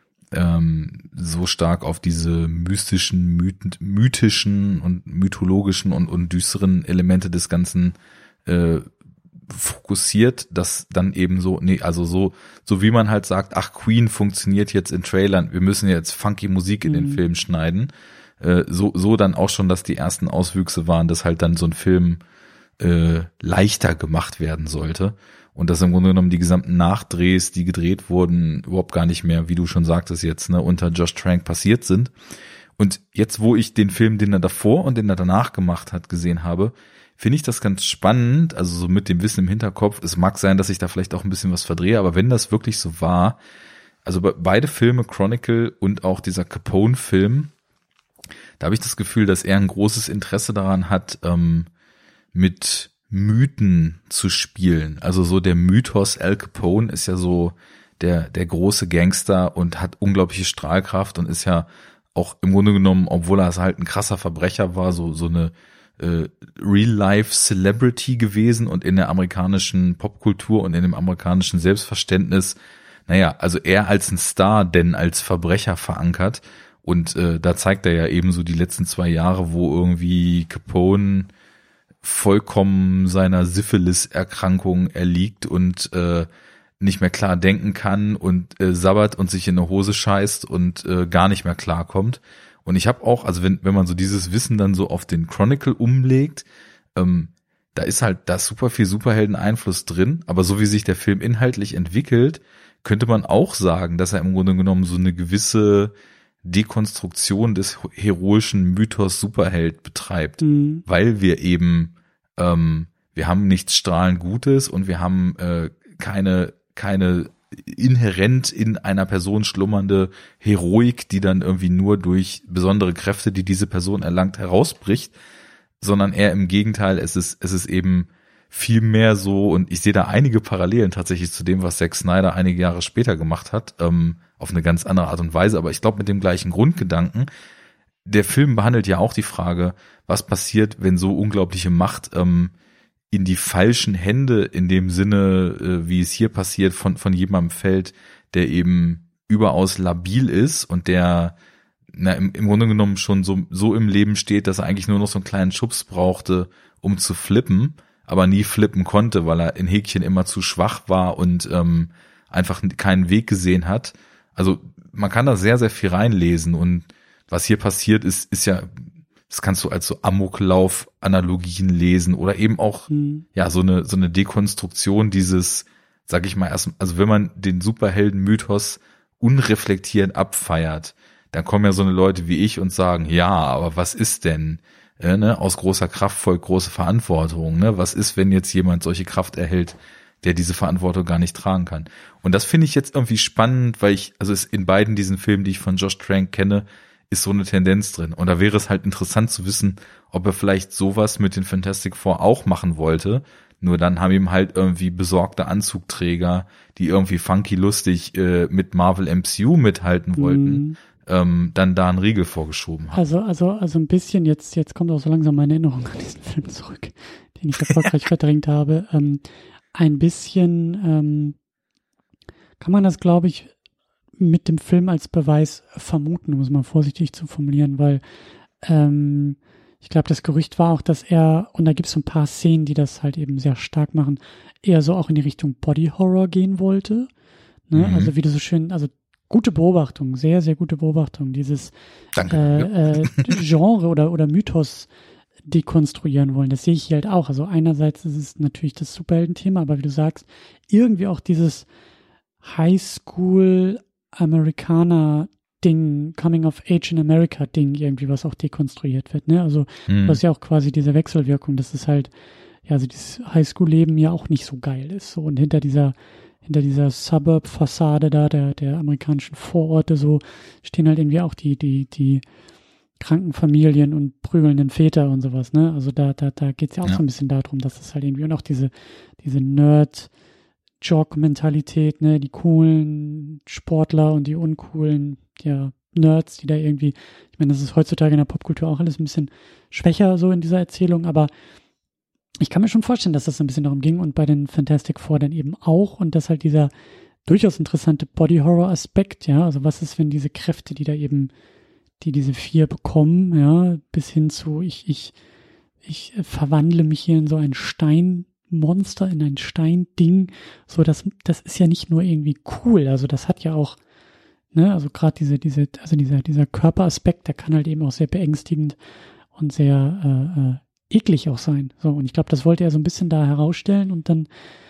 ähm, so stark auf diese mystischen, myth- mythischen und mythologischen und, und düsteren Elemente des Ganzen äh, fokussiert, dass dann eben so, nee, also so, so wie man halt sagt, ach, Queen funktioniert jetzt in Trailern, wir müssen jetzt funky Musik in den Mhm. Film schneiden, äh, so, so dann auch schon, dass die ersten Auswüchse waren, dass halt dann so ein Film äh, leichter gemacht werden sollte und dass im Grunde genommen die gesamten Nachdrehs, die gedreht wurden, überhaupt gar nicht mehr, wie du schon sagtest jetzt, ne, unter Josh Trank passiert sind. Und jetzt, wo ich den Film, den er davor und den er danach gemacht hat, gesehen habe, finde ich das ganz spannend, also so mit dem Wissen im Hinterkopf. Es mag sein, dass ich da vielleicht auch ein bisschen was verdrehe, aber wenn das wirklich so war, also be- beide Filme, Chronicle und auch dieser Capone-Film, da habe ich das Gefühl, dass er ein großes Interesse daran hat, ähm, mit Mythen zu spielen. Also so der Mythos Al Capone ist ja so der, der große Gangster und hat unglaubliche Strahlkraft und ist ja auch im Grunde genommen, obwohl er halt ein krasser Verbrecher war, so, so eine äh, Real-Life-Celebrity gewesen und in der amerikanischen Popkultur und in dem amerikanischen Selbstverständnis, naja, also er als ein Star, denn als Verbrecher verankert. Und äh, da zeigt er ja eben so die letzten zwei Jahre, wo irgendwie Capone vollkommen seiner Syphilis-Erkrankung erliegt und äh, nicht mehr klar denken kann und äh, sabbert und sich in eine Hose scheißt und äh, gar nicht mehr klarkommt. Und ich habe auch, also wenn wenn man so dieses Wissen dann so auf den Chronicle umlegt, ähm, da ist halt da ist super viel Superhelden-Einfluss drin, aber so wie sich der Film inhaltlich entwickelt, könnte man auch sagen, dass er im Grunde genommen so eine gewisse Dekonstruktion des heroischen Mythos Superheld betreibt, Mhm. weil wir eben, ähm, wir haben nichts strahlend Gutes und wir haben äh, keine keine inhärent in einer Person schlummernde Heroik, die dann irgendwie nur durch besondere Kräfte, die diese Person erlangt, herausbricht, sondern eher im Gegenteil, es ist, es ist eben viel mehr so, und ich sehe da einige Parallelen tatsächlich zu dem, was Zack Snyder einige Jahre später gemacht hat, ähm, auf eine ganz andere Art und Weise, aber ich glaube mit dem gleichen Grundgedanken. Der Film behandelt ja auch die Frage, was passiert, wenn so unglaubliche Macht ähm, in die falschen Hände, in dem Sinne, äh, wie es hier passiert, von von jemandem fällt, der eben überaus labil ist und der na, im, im Grunde genommen schon so so im Leben steht, dass er eigentlich nur noch so einen kleinen Schubs brauchte, um zu flippen, aber nie flippen konnte, weil er in Häkchen immer zu schwach war und ähm, einfach keinen Weg gesehen hat. Also man kann da sehr, sehr viel reinlesen, und was hier passiert ist, ist ja, das kannst du als so Amoklauf-Analogien lesen oder eben auch mhm. ja so eine so eine Dekonstruktion dieses, sag ich mal erst, also wenn man den Superhelden-Mythos unreflektiert abfeiert, dann kommen ja so eine Leute wie ich und sagen, ja, aber was ist denn äh, ne, aus großer Kraft folgt große Verantwortung, ne? Was ist, wenn jetzt jemand solche Kraft erhält, der diese Verantwortung gar nicht tragen kann? Und das finde ich jetzt irgendwie spannend, weil ich, also es in beiden diesen Filmen, die ich von Josh Trank kenne, ist so eine Tendenz drin. Und da wäre es halt interessant zu wissen, ob er vielleicht sowas mit den Fantastic Four auch machen wollte. Nur dann haben ihm halt irgendwie besorgte Anzugträger, die irgendwie funky lustig äh, mit Marvel M C U mithalten wollten, mhm. ähm, dann da einen Riegel vorgeschoben haben. Also, also, also ein bisschen, jetzt, jetzt kommt auch so langsam meine Erinnerung an diesen Film zurück, den ich erfolgreich verdrängt habe. Ähm, ein bisschen ähm, kann man das, glaube ich, mit dem Film als Beweis vermuten, um es mal vorsichtig zu formulieren, weil ähm, ich glaube, das Gerücht war auch, dass er, und da gibt es so ein paar Szenen, die das halt eben sehr stark machen, eher so auch in die Richtung Body Horror gehen wollte. Ne? Mhm. Also wie du so schön, also gute Beobachtung, sehr, sehr gute Beobachtung, dieses Danke, äh, ja. äh, Genre oder, oder Mythos dekonstruieren wollen. Das sehe ich hier halt auch. Also einerseits ist es natürlich das Superhelden-Thema, aber wie du sagst, irgendwie auch dieses Highschool Amerikaner-Ding, Coming-of-Age in America-Ding irgendwie, was auch dekonstruiert wird, ne? Also hm. das ist ja auch quasi diese Wechselwirkung, dass es halt, ja, also dieses Highschool-Leben ja auch nicht so geil ist. So, und hinter dieser, hinter dieser Suburb-Fassade da, der, der amerikanischen Vororte, so, stehen halt irgendwie auch die, die, die kranken Familien und prügelnden Väter und sowas, ne? Also da, da, da geht's ja auch ja. so ein bisschen darum, dass es halt irgendwie, und auch diese, diese Nerd- Jock-Mentalität, ne, die coolen Sportler und die uncoolen, ja, Nerds, die da irgendwie, ich meine, das ist heutzutage in der Popkultur auch alles ein bisschen schwächer so in dieser Erzählung, aber ich kann mir schon vorstellen, dass das ein bisschen darum ging, und bei den Fantastic Four dann eben auch, und das halt dieser durchaus interessante Body-Horror-Aspekt, ja, also was ist, wenn diese Kräfte, die da eben, die diese vier bekommen, ja, bis hin zu, ich, ich, ich verwandle mich hier in so einen Stein, Monster, in ein Steinding, so das, das ist ja nicht nur irgendwie cool, also das hat ja auch, ne, also gerade diese, diese, also dieser, dieser Körperaspekt, der kann halt eben auch sehr beängstigend und sehr äh, äh, eklig auch sein, so, und ich glaube, das wollte er so ein bisschen da herausstellen, und dann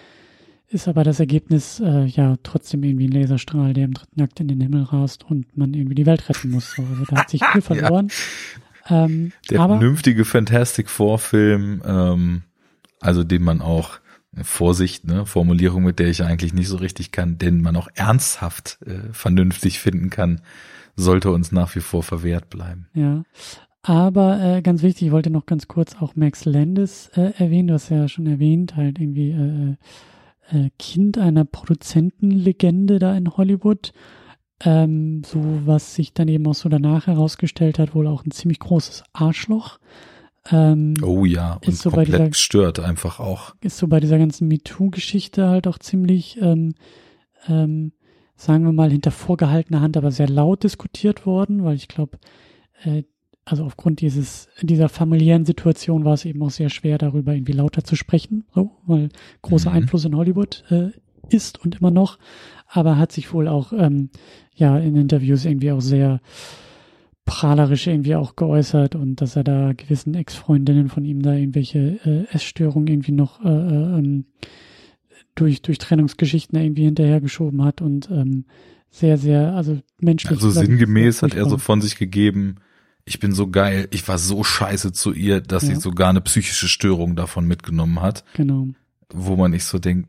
ist aber das Ergebnis, äh, ja, trotzdem irgendwie ein Laserstrahl, der im dritten Akt in den Himmel rast und man irgendwie die Welt retten muss, so, also da hat sich viel verloren. Ja. Ähm, der aber, vernünftige Fantastic Four Film, ähm, also den man auch, Vorsicht, ne, Formulierung, mit der ich eigentlich nicht so richtig kann, den man auch ernsthaft äh, vernünftig finden kann, sollte uns nach wie vor verwehrt bleiben. Ja, aber äh, ganz wichtig, ich wollte noch ganz kurz auch Max Landis äh, erwähnen, du hast ja schon erwähnt, halt irgendwie äh, äh, Kind einer Produzentenlegende da in Hollywood, ähm, so was sich dann eben auch so danach herausgestellt hat, wohl auch ein ziemlich großes Arschloch. Ähm, oh ja, und so komplett dieser, gestört einfach auch. Ist so bei dieser ganzen MeToo-Geschichte halt auch ziemlich, ähm, ähm, sagen wir mal, hinter vorgehaltener Hand, aber sehr laut diskutiert worden, weil ich glaube, äh, also aufgrund dieses dieser familiären Situation war es eben auch sehr schwer, darüber irgendwie lauter zu sprechen, so, weil großer mhm. Einfluss in Hollywood äh, ist und immer noch, aber hat sich wohl auch ähm, ja in Interviews irgendwie auch sehr prahlerisch irgendwie auch geäußert, und dass er da gewissen Ex-Freundinnen von ihm da irgendwelche äh, Essstörungen irgendwie noch äh, ähm, durch durch Trennungsgeschichten irgendwie hinterhergeschoben hat, und ähm, sehr, sehr, also menschlich. Also sinngemäß hat er so von sich gegeben, ich bin so geil, ich war so scheiße zu ihr, dass ja. sie sogar eine psychische Störung davon mitgenommen hat. Genau. Wo man nicht so denkt,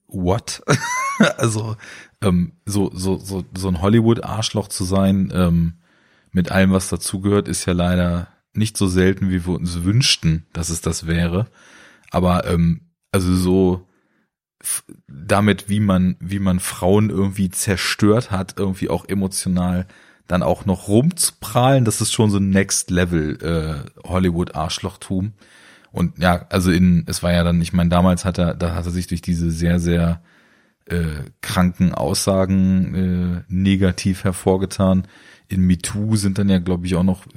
what? Also ähm, so so so so ein Hollywood-Arschloch zu sein, ähm, mit allem, was dazugehört, ist ja leider nicht so selten, wie wir uns wünschten, dass es das wäre. Aber ähm, also so f- damit, wie man wie man Frauen irgendwie zerstört hat, irgendwie auch emotional, dann auch noch rumzuprahlen, das ist schon so ein Next Level äh, Hollywood-Arschlochtum. Und ja, also in, es war ja dann, ich meine, damals hat er, da hat er sich durch diese sehr, sehr äh, kranken Aussagen äh, negativ hervorgetan. In MeToo sind dann ja, glaube ich, auch noch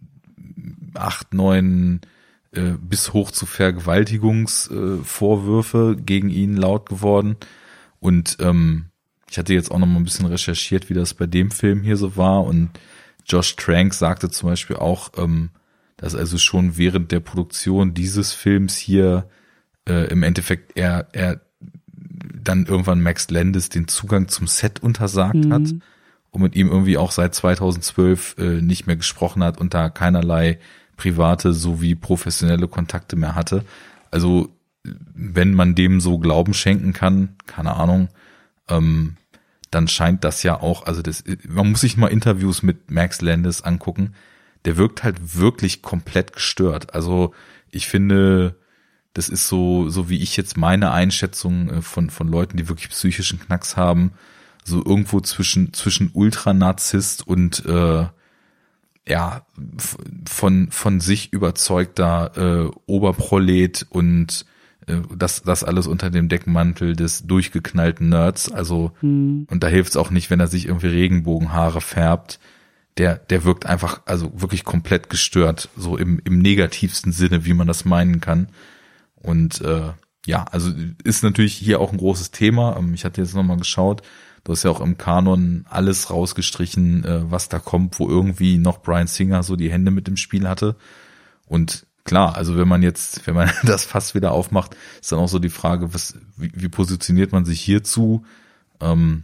acht, neun äh, bis hoch zu Vergewaltigungsvorwürfe äh, gegen ihn laut geworden. Und ähm, ich hatte jetzt auch noch mal ein bisschen recherchiert, wie das bei dem Film hier so war. Und Josh Trank sagte zum Beispiel auch, ähm, dass also schon während der Produktion dieses Films hier äh, im Endeffekt er er dann irgendwann Max Landis den Zugang zum Set untersagt Mhm. hat und mit ihm irgendwie auch seit zweitausendzwölf äh, nicht mehr gesprochen hat und da keinerlei private sowie professionelle Kontakte mehr hatte. Also wenn man dem so Glauben schenken kann, keine Ahnung, ähm, dann scheint das ja auch, also das, man muss sich mal Interviews mit Max Landis angucken. Der wirkt halt wirklich komplett gestört. Also ich finde, das ist so, so wie ich jetzt meine Einschätzung von von Leuten, die wirklich psychischen Knacks haben, so irgendwo zwischen zwischen Ultranarzisst und äh, ja von von sich überzeugter äh, Oberprolet und äh, das das alles unter dem Deckmantel des durchgeknallten Nerds. Also Mhm. und da hilft's auch nicht, wenn er sich irgendwie Regenbogenhaare färbt. Der, der wirkt einfach, also wirklich komplett gestört, so im, im negativsten Sinne, wie man das meinen kann. Und äh, ja, also ist natürlich hier auch ein großes Thema. Ähm, ich hatte jetzt nochmal geschaut, du hast ja auch im Kanon alles rausgestrichen, äh, was da kommt, wo irgendwie noch Bryan Singer so die Hände mit im Spiel hatte. Und klar, also wenn man jetzt, wenn man das Fass wieder aufmacht, ist dann auch so die Frage, was, wie, wie positioniert man sich hierzu? Ähm,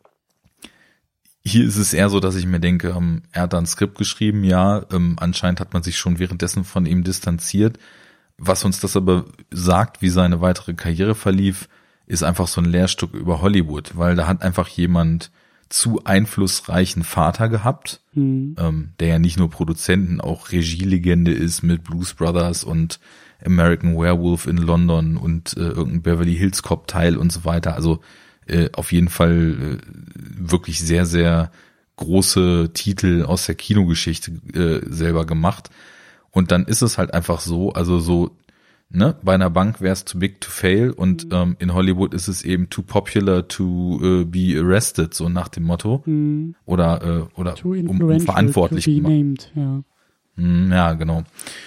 Hier ist es eher so, dass ich mir denke, ähm, er hat da ein Skript geschrieben, ja, ähm, anscheinend hat man sich schon währenddessen von ihm distanziert. Was uns das aber sagt, wie seine weitere Karriere verlief, ist einfach so ein Lehrstück über Hollywood, weil da hat einfach jemand zu einflussreichen Vater gehabt, Mhm. ähm, der ja nicht nur Produzenten, auch Regielegende ist mit Blues Brothers und American Werewolf in London und äh, irgendein Beverly Hills Cop Teil und so weiter. Also äh, auf jeden Fall äh, wirklich sehr, sehr große Titel aus der Kinogeschichte äh, selber gemacht. Und dann ist es halt einfach so, also so, ne, bei einer Bank wäre es too big to fail und ähm, in Hollywood ist es eben too popular to äh, be arrested, so nach dem Motto. Mhm. Oder, äh, oder Too um, um influential verantwortlich to be gemacht. named, ja. Hm, ja, genau.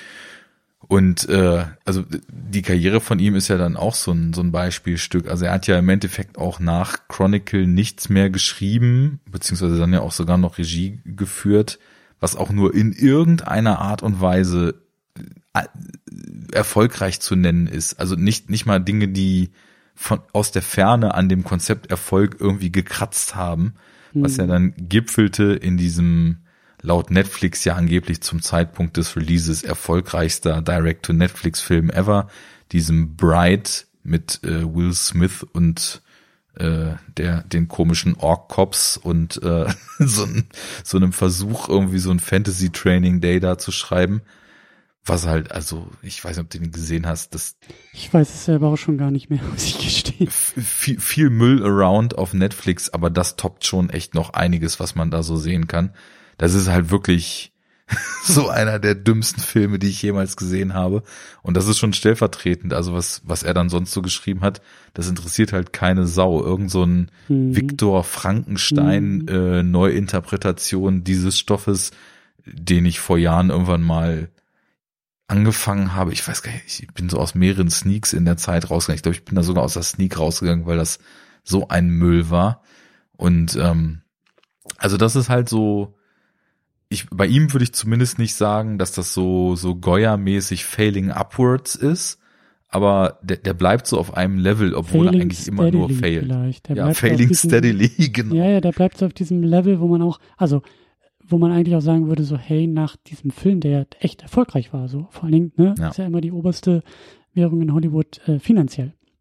Und äh, also die Karriere von ihm ist ja dann auch so ein so ein Beispielstück. Also er hat ja im Endeffekt auch nach Chronicle nichts mehr geschrieben, beziehungsweise dann ja auch sogar noch Regie geführt, was auch nur in irgendeiner Art und Weise äh, erfolgreich zu nennen ist. Also nicht nicht mal Dinge, die von aus der Ferne an dem Konzept Erfolg irgendwie gekratzt haben, was ja dann gipfelte in diesem laut Netflix ja angeblich zum Zeitpunkt des Releases erfolgreichster Direct-to-Netflix-Film ever, diesem Bright mit äh, Will Smith und äh, der den komischen Orc-Cops und äh, so, ein, so einem Versuch, irgendwie so ein Fantasy-Training-Day da zu schreiben. Was halt, also, ich weiß nicht, ob du den gesehen hast, das Ich weiß es selber auch schon gar nicht mehr, muss ich gestehen. viel, viel Müll around auf Netflix, aber das toppt schon echt noch einiges, was man da so sehen kann. Das ist halt wirklich so einer der dümmsten Filme, die ich jemals gesehen habe. Und das ist schon stellvertretend. Also was, was er dann sonst so geschrieben hat, das interessiert halt keine Sau. Irgend so ein Mhm. Viktor Frankenstein Mhm. äh, Neuinterpretation dieses Stoffes, den ich vor Jahren irgendwann mal angefangen habe. Ich weiß gar nicht, ich bin so aus mehreren Sneaks in der Zeit rausgegangen. Ich glaube, ich bin da sogar aus der Sneak rausgegangen, weil das so ein Müll war. Und ähm, also das ist halt so, ich, bei ihm würde ich zumindest nicht sagen, dass das so, so Goya-mäßig failing upwards ist, aber der, der bleibt so auf einem Level, obwohl Failing er eigentlich immer nur steadily failt. vielleicht. Der Ja, bleibt failing auf diesem, steadily, genau. Ja, ja, der bleibt so auf diesem Level, wo man auch, also wo man eigentlich auch sagen würde, so hey, nach diesem Film, der ja echt erfolgreich war, so vor allen Dingen, ne, Ja. ist ja immer die oberste Währung in Hollywood äh, finanziell.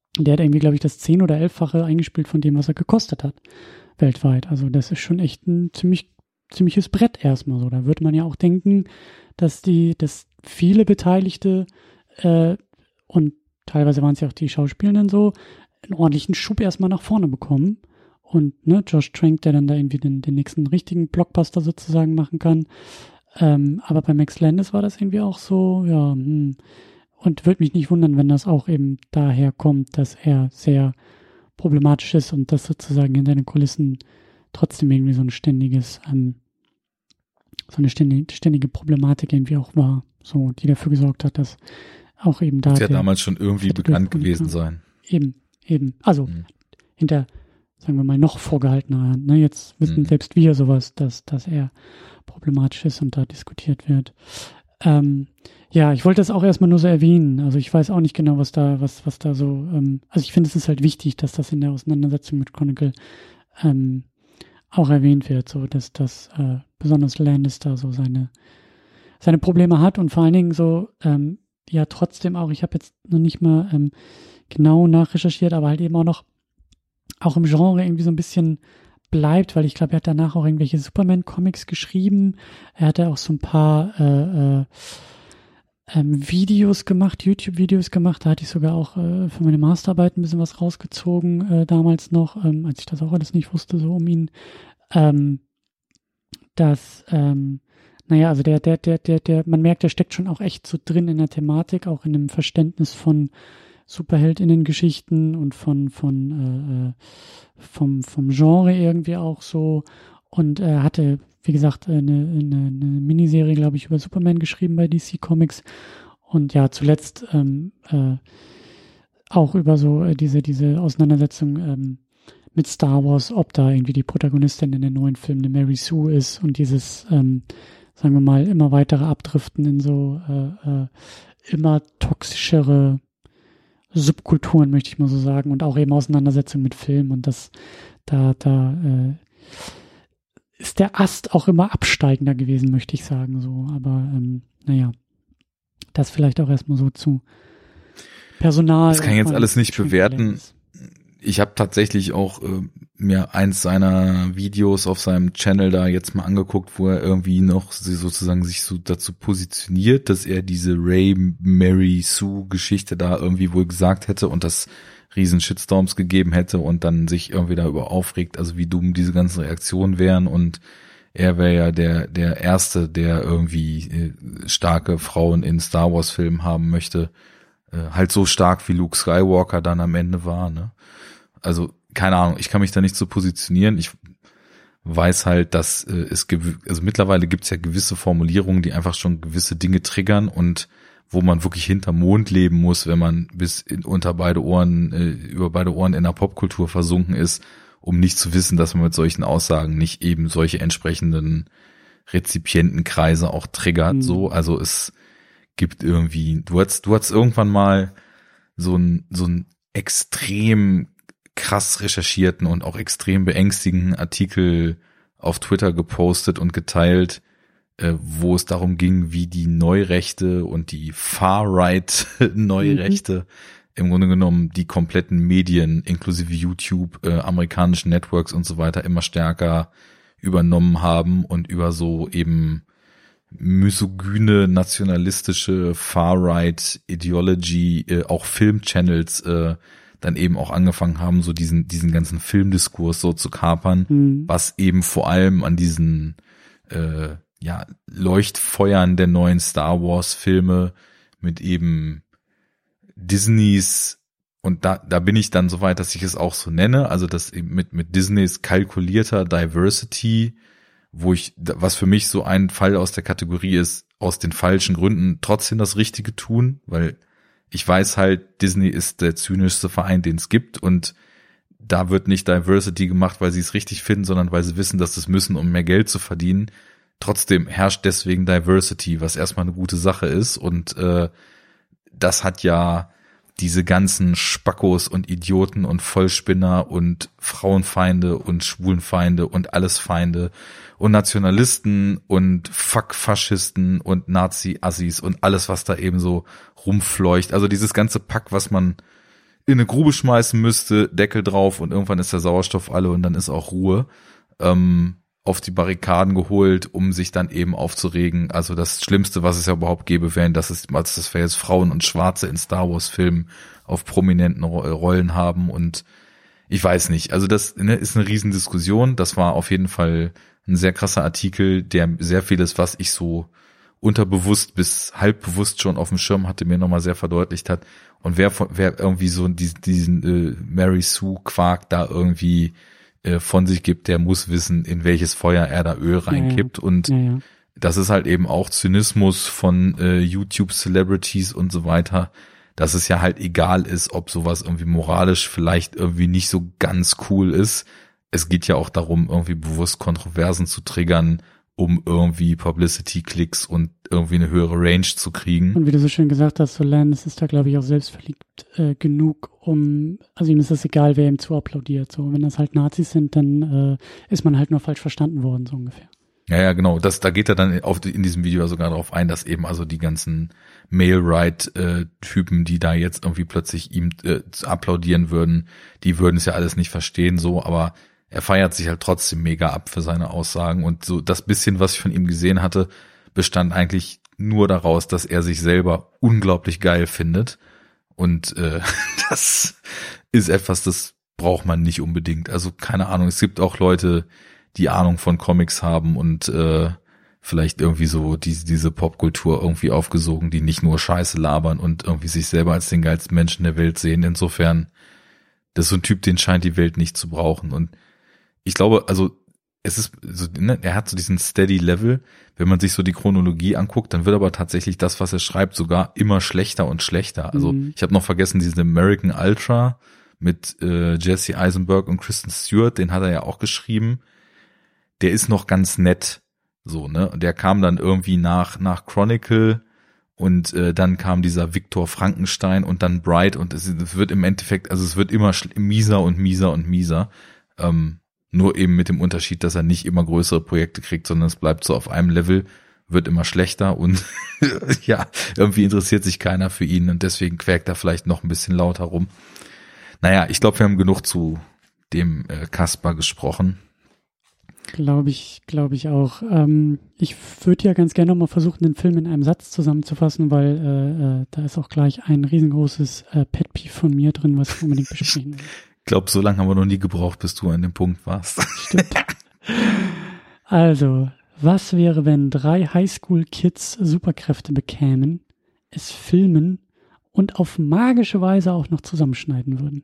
Der hat irgendwie, glaube ich, das zehn- oder elffache eingespielt von dem, was er gekostet hat, weltweit. Also das ist schon echt ein ziemlich, ziemliches Brett erstmal so. Da würde man ja auch denken, dass die, dass viele Beteiligte äh, und teilweise waren es ja auch die Schauspielenden so, einen ordentlichen Schub erstmal nach vorne bekommen. Und ne, Josh Trank, der dann da irgendwie den, den nächsten richtigen Blockbuster sozusagen machen kann. Ähm, aber bei Max Landis war das irgendwie auch so, ja, hm. Und würde mich nicht wundern, wenn das auch eben daher kommt, dass er sehr problematisch ist und das sozusagen in seinen Kulissen trotzdem irgendwie so ein ständiges, ähm, so eine ständige, ständige Problematik irgendwie auch war, so, die dafür gesorgt hat, dass auch eben da. Muss ja damals schon irgendwie bekannt gewesen kam. sein. Eben, eben. Also hm. hinter, sagen wir mal, noch vorgehaltener Hand. Ne? Jetzt wissen hm. selbst wir sowas, dass, dass er problematisch ist und da diskutiert wird. Ähm, ja, ich wollte das auch erstmal nur so erwähnen. Also ich weiß auch nicht genau, was da, was, was da so, ähm, also ich finde, es ist halt wichtig, dass das in der Auseinandersetzung mit Chronicle ähm, auch erwähnt wird, so dass das äh, besonders Landis da so seine seine Probleme hat und vor allen Dingen so, ähm, ja trotzdem auch, ich habe jetzt noch nicht mal ähm, genau nachrecherchiert, aber halt eben auch noch auch im Genre irgendwie so ein bisschen bleibt, weil ich glaube, er hat danach auch irgendwelche Superman-Comics geschrieben. Er hat ja auch so ein paar äh, äh, ähm, Videos gemacht, YouTube-Videos gemacht. Da hatte ich sogar auch äh, für meine Masterarbeit ein bisschen was rausgezogen, äh, damals noch, ähm, als ich das auch alles nicht wusste, so um ihn. Ähm, dass, ähm, naja, also der, der, der, der, der, man merkt, der steckt schon auch echt so drin in der Thematik, auch in dem Verständnis von Superheldinnen-Geschichten und von, von, äh, vom, vom Genre irgendwie auch so. Und er hatte, wie gesagt, eine, eine, eine Miniserie, glaube ich, über Superman geschrieben bei D C Comics. Und ja, zuletzt ähm, äh, auch über so äh, diese, diese Auseinandersetzung ähm, mit Star Wars, ob da irgendwie die Protagonistin in den neuen Filmen eine Mary Sue ist und dieses, ähm, sagen wir mal, immer weitere Abdriften in so äh, äh, immer toxischere Subkulturen, möchte ich mal so sagen, und auch eben Auseinandersetzung mit Film und das, da, da äh, ist der Ast auch immer absteigender gewesen, möchte ich sagen, so, aber ähm, naja, das vielleicht auch erstmal so zu Personal. Das kann ich jetzt alles nicht bewerten. Ich habe tatsächlich auch äh, mir eins seiner Videos auf seinem Channel da jetzt mal angeguckt, wo er irgendwie noch sozusagen sich so dazu positioniert, dass er diese Ray Mary Sue Geschichte da irgendwie wohl gesagt hätte und das riesen Shitstorms gegeben hätte und dann sich irgendwie darüber aufregt, also wie dumm diese ganzen Reaktionen wären und er wäre ja der der Erste, der irgendwie äh, starke Frauen in Star Wars Filmen haben möchte, äh, halt so stark wie Luke Skywalker dann am Ende war, ne? Also, keine Ahnung, ich kann mich da nicht so positionieren. Ich weiß halt, dass äh, es gew- also mittlerweile gibt's ja gewisse Formulierungen, die einfach schon gewisse Dinge triggern und wo man wirklich hinter Mond leben muss, wenn man bis in, unter beide Ohren, äh, über beide Ohren in der Popkultur versunken ist, um nicht zu wissen, dass man mit solchen Aussagen nicht eben solche entsprechenden Rezipientenkreise auch triggert. Mhm. So, also es gibt irgendwie, du hast, du hast irgendwann mal so ein so ein extrem krass recherchierten und auch extrem beängstigenden Artikel auf Twitter gepostet und geteilt, äh, wo es darum ging, wie die Neurechte und die Far-Right Neurechte mhm. im Grunde genommen die kompletten Medien inklusive YouTube, äh, amerikanischen Networks und so weiter immer stärker übernommen haben und über so eben misogyne, nationalistische Far-Right Ideology äh, auch Film-Channels äh, dann eben auch angefangen haben, so diesen diesen ganzen Filmdiskurs so zu kapern, mhm. was eben vor allem an diesen äh, ja Leuchtfeuern der neuen Star Wars Filme mit eben Disneys, und da da bin ich dann so weit, dass ich es auch so nenne, also das eben mit mit Disneys kalkulierter Diversity, wo ich, was für mich so ein Fall aus der Kategorie ist, aus den falschen Gründen trotzdem das Richtige tun, weil ich weiß halt, Disney ist der zynischste Verein, den es gibt, und da wird nicht Diversity gemacht, weil sie es richtig finden, sondern weil sie wissen, dass sie es müssen, um mehr Geld zu verdienen. Trotzdem herrscht deswegen Diversity, was erstmal eine gute Sache ist, und äh, das hat ja diese ganzen Spackos und Idioten und Vollspinner und Frauenfeinde und Schwulenfeinde und Allesfeinde und Nationalisten und Fuck-Faschisten und Nazi-Assis und alles, was da eben so rumfleucht. Also dieses ganze Pack, was man in eine Grube schmeißen müsste, Deckel drauf und irgendwann ist der Sauerstoff alle und dann ist auch Ruhe, ähm, auf die Barrikaden geholt, um sich dann eben aufzuregen. Also das Schlimmste, was es ja überhaupt gäbe, wären, dass es, also das wäre jetzt Frauen und Schwarze in Star Wars Filmen auf prominenten Rollen haben und ich weiß nicht. Also das ne, ist eine Riesendiskussion. Das war auf jeden Fall ein sehr krasser Artikel, der sehr vieles, was ich so unterbewusst bis halbbewusst schon auf dem Schirm hatte, mir nochmal sehr verdeutlicht hat. Und wer, wer irgendwie so diesen, diesen äh, Mary Sue Quark da irgendwie äh, von sich gibt, der muss wissen, in welches Feuer er da Öl reinkippt. Ja, ja. Und ja, ja. das ist halt eben auch Zynismus von äh, YouTube-Celebrities und so weiter, dass es ja halt egal ist, ob sowas irgendwie moralisch vielleicht irgendwie nicht so ganz cool ist. Es geht ja auch darum, irgendwie bewusst Kontroversen zu triggern, um irgendwie Publicity-Klicks und irgendwie eine höhere Range zu kriegen. Und wie du so schön gesagt hast, Solanus ist da, glaube ich, auch selbstverliebt äh, genug, um, also ihm ist das egal, wer ihm zu applaudiert. So, wenn das halt Nazis sind, dann äh, ist man halt nur falsch verstanden worden, so ungefähr. Ja, ja, genau. Das, da geht er dann auf, in diesem Video sogar darauf ein, dass eben also die ganzen Male-Right-Typen, die da jetzt irgendwie plötzlich ihm äh, applaudieren würden, die würden es ja alles nicht verstehen, so, aber er feiert sich halt trotzdem mega ab für seine Aussagen und so das bisschen, was ich von ihm gesehen hatte, bestand eigentlich nur daraus, dass er sich selber unglaublich geil findet und äh, das ist etwas, das braucht man nicht unbedingt. Also keine Ahnung, es gibt auch Leute, die Ahnung von Comics haben und äh, vielleicht irgendwie so diese, diese Popkultur irgendwie aufgesogen, die nicht nur Scheiße labern und irgendwie sich selber als den geilsten Menschen der Welt sehen. Insofern, das ist so ein Typ, den scheint die Welt nicht zu brauchen und ich glaube, also es ist so, ne, er hat so diesen steady Level. Wenn man sich so die Chronologie anguckt, dann wird aber tatsächlich das, was er schreibt, sogar immer schlechter und schlechter. Also mhm. ich habe noch vergessen, diesen American Ultra mit äh, Jesse Eisenberg und Kristen Stewart, den hat er ja auch geschrieben. Der ist noch ganz nett, so ne. Und der kam dann irgendwie nach nach Chronicle und äh, dann kam dieser Victor Frankenstein und dann Bright und es, es wird im Endeffekt, also es wird immer mieser und mieser und mieser. Ähm, Nur eben mit dem Unterschied, dass er nicht immer größere Projekte kriegt, sondern es bleibt so auf einem Level, wird immer schlechter und ja, irgendwie interessiert sich keiner für ihn und deswegen quäkt er vielleicht noch ein bisschen lauter rum. Naja, ich glaube, wir haben genug zu dem äh, Kaspar gesprochen. Glaube ich, glaube ich auch. Ähm, ich würde ja ganz gerne noch mal versuchen, den Film in einem Satz zusammenzufassen, weil äh, äh, da ist auch gleich ein riesengroßes äh, Pet-Peeve von mir drin, was ich unbedingt besprechen will. Ich glaube, so lange haben wir noch nie gebraucht, bis du an dem Punkt warst. Stimmt. Also, was wäre, wenn drei Highschool-Kids Superkräfte bekämen, es filmen und auf magische Weise auch noch zusammenschneiden würden?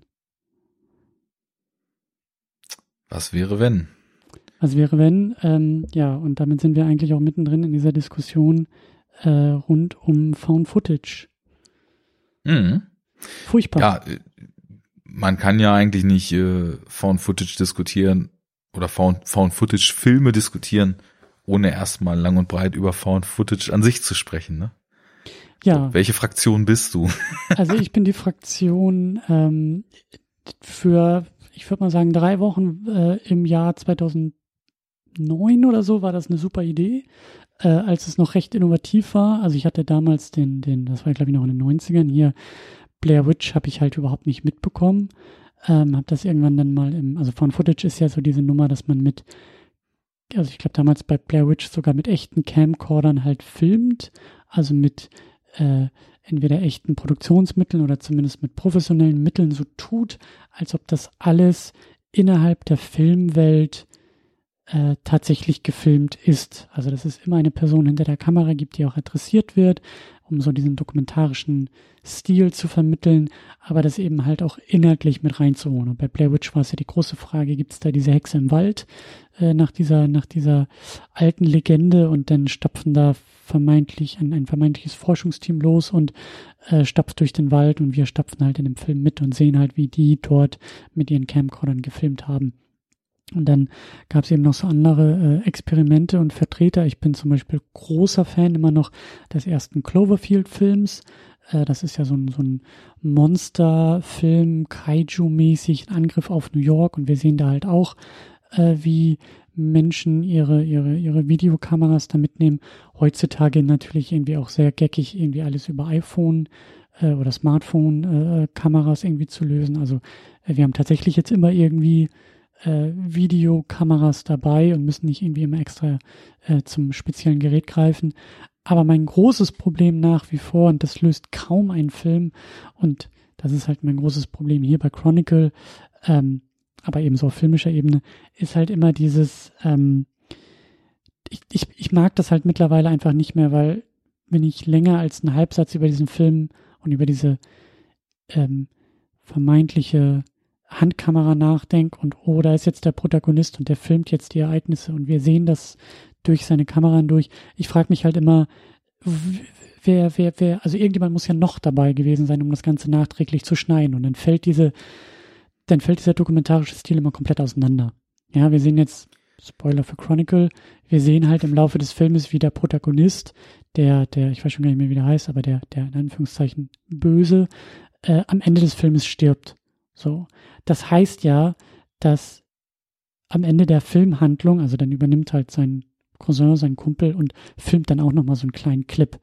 Was wäre, wenn? Was wäre, wenn? Ähm, ja, und damit sind wir eigentlich auch mittendrin in dieser Diskussion äh, rund um Found Footage. Mhm. Furchtbar. Ja, man kann ja eigentlich nicht äh, Found Footage diskutieren oder Found, Found Footage Filme diskutieren, ohne erstmal lang und breit über Found Footage an sich zu sprechen, ne? Ja. So, welche Fraktion bist du? Also ich bin die Fraktion ähm, für, ich würde mal sagen, drei Wochen äh, im Jahr zweitausendneun oder so war das eine super Idee, äh, als es noch recht innovativ war. Also ich hatte damals den, den, das war glaube ich noch in den neunzigern hier, Blair Witch habe ich halt überhaupt nicht mitbekommen. Ähm, habe das irgendwann dann mal im, also Found Footage ist ja so diese Nummer, dass man mit, also ich glaube damals bei Blair Witch sogar mit echten Camcordern halt filmt, also mit äh, entweder echten Produktionsmitteln oder zumindest mit professionellen Mitteln so tut, als ob das alles innerhalb der Filmwelt äh, tatsächlich gefilmt ist. Also dass es immer eine Person hinter der Kamera gibt, die auch adressiert wird, um so diesen dokumentarischen Stil zu vermitteln, aber das eben halt auch inhaltlich mit reinzuholen. Und bei Blair Witch war es ja die große Frage, gibt es da diese Hexe im Wald äh, nach dieser nach dieser alten Legende und dann stapfen da vermeintlich ein, ein vermeintliches Forschungsteam los und äh, stapft durch den Wald und wir stapfen halt in dem Film mit und sehen halt, wie die dort mit ihren Camcordern gefilmt haben. Und dann gab es eben noch so andere äh, Experimente und Vertreter. Ich bin zum Beispiel großer Fan immer noch des ersten Cloverfield-Films. Äh, das ist ja so ein, so ein Monsterfilm, Kaiju-mäßig, ein Angriff auf New York. Und wir sehen da halt auch, äh, wie Menschen ihre, ihre, ihre Videokameras da mitnehmen. Heutzutage natürlich irgendwie auch sehr geckig, irgendwie alles über iPhone äh, oder Smartphone-Kameras äh, irgendwie zu lösen. Also äh, wir haben tatsächlich jetzt immer irgendwie äh, Videokameras dabei und müssen nicht irgendwie immer extra äh, zum speziellen Gerät greifen. Aber mein großes Problem nach wie vor, und das löst kaum ein Film, und das ist halt mein großes Problem hier bei Chronicle, ähm, aber eben so auf filmischer Ebene, ist halt immer dieses, ähm, ich, ich, ich mag das halt mittlerweile einfach nicht mehr, weil wenn ich länger als einen Halbsatz über diesen Film und über diese ähm, vermeintliche Handkamera nachdenke und oh, da ist jetzt der Protagonist und der filmt jetzt die Ereignisse und wir sehen das durch seine Kamera hindurch. Ich frage mich halt immer, wer, wer, wer, also irgendjemand muss ja noch dabei gewesen sein, um das Ganze nachträglich zu schneiden. Und dann fällt diese, dann fällt dieser dokumentarische Stil immer komplett auseinander. Ja, wir sehen jetzt, Spoiler für Chronicle, wir sehen halt im Laufe des Filmes, wie der Protagonist, der, der, ich weiß schon gar nicht mehr, wie der heißt, aber der, der in Anführungszeichen Böse, äh, am Ende des Filmes stirbt. So. Das heißt ja, dass am Ende der Filmhandlung, also dann übernimmt halt sein Cousin, sein Kumpel und filmt dann auch nochmal so einen kleinen Clip.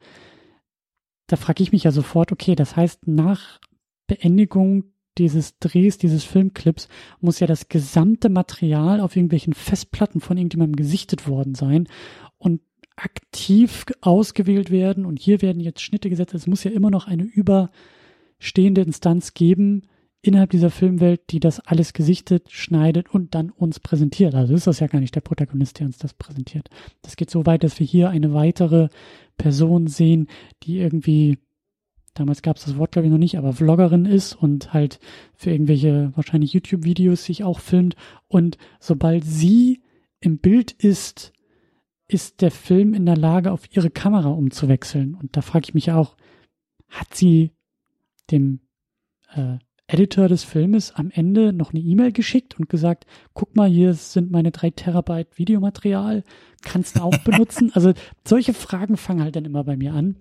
Da frage ich mich ja sofort, okay, das heißt, nach Beendigung dieses Drehs, dieses Filmclips, muss ja das gesamte Material auf irgendwelchen Festplatten von irgendjemandem gesichtet worden sein und aktiv ausgewählt werden und hier werden jetzt Schnitte gesetzt. Es muss ja immer noch eine überstehende Instanz geben, innerhalb dieser Filmwelt, die das alles gesichtet, schneidet und dann uns präsentiert. Also ist das ja gar nicht der Protagonist, der uns das präsentiert. Das geht so weit, dass wir hier eine weitere Person sehen, die irgendwie, damals gab es das Wort glaube ich noch nicht, aber Vloggerin ist und halt für irgendwelche wahrscheinlich YouTube-Videos sich auch filmt. Und sobald sie im Bild ist, ist der Film in der Lage, auf ihre Kamera umzuwechseln. Und da frage ich mich auch, hat sie dem äh, Editor des Filmes am Ende noch eine E-Mail geschickt und gesagt, guck mal, hier sind meine drei Terabyte Videomaterial, kannst du auch benutzen? Also solche Fragen fangen halt dann immer bei mir an.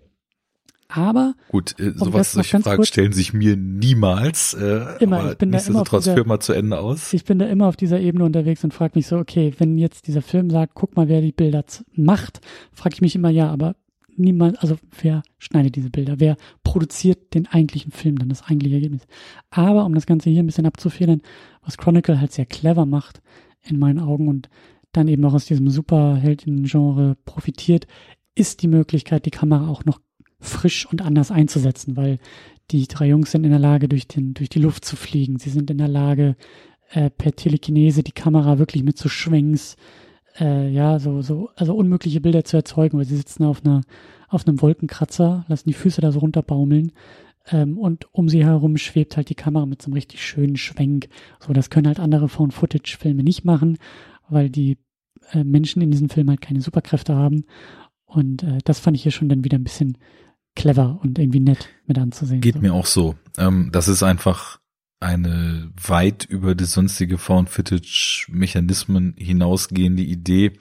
Aber gut, äh, sowas, solche Fragen kurz, stellen sich mir niemals. Äh, immer, aber ich bin da immer auf dieser, führ mal zu Ende aus. Ich bin da immer auf dieser Ebene unterwegs und frage mich so, okay, wenn jetzt dieser Film sagt, guck mal, wer die Bilder z- macht, frage ich mich immer, ja, aber niemand, also wer schneidet diese Bilder? Wer produziert den eigentlichen Film, dann das eigentliche Ergebnis? Aber um das Ganze hier ein bisschen abzufedern, was Chronicle halt sehr clever macht, in meinen Augen, und dann eben auch aus diesem Superhelden-Genre profitiert, ist die Möglichkeit, die Kamera auch noch frisch und anders einzusetzen, weil die drei Jungs sind in der Lage, durch den, durch die Luft zu fliegen. Sie sind in der Lage, äh, per Telekinese die Kamera wirklich mit so Schwenks Äh, ja, so, so, also unmögliche Bilder zu erzeugen, weil sie sitzen auf einer, auf einem Wolkenkratzer, lassen die Füße da so runterbaumeln, ähm, und um sie herum schwebt halt die Kamera mit so einem richtig schönen Schwenk. So, das können halt andere Found-Footage-Filme nicht machen, weil die äh, Menschen in diesen Filmen halt keine Superkräfte haben. Und äh, das fand ich hier schon dann wieder ein bisschen clever und irgendwie nett mit anzusehen. Geht so. mir auch so. Ähm, das ist einfach eine weit über die sonstige Found-Footage-Mechanismen hinausgehende Idee,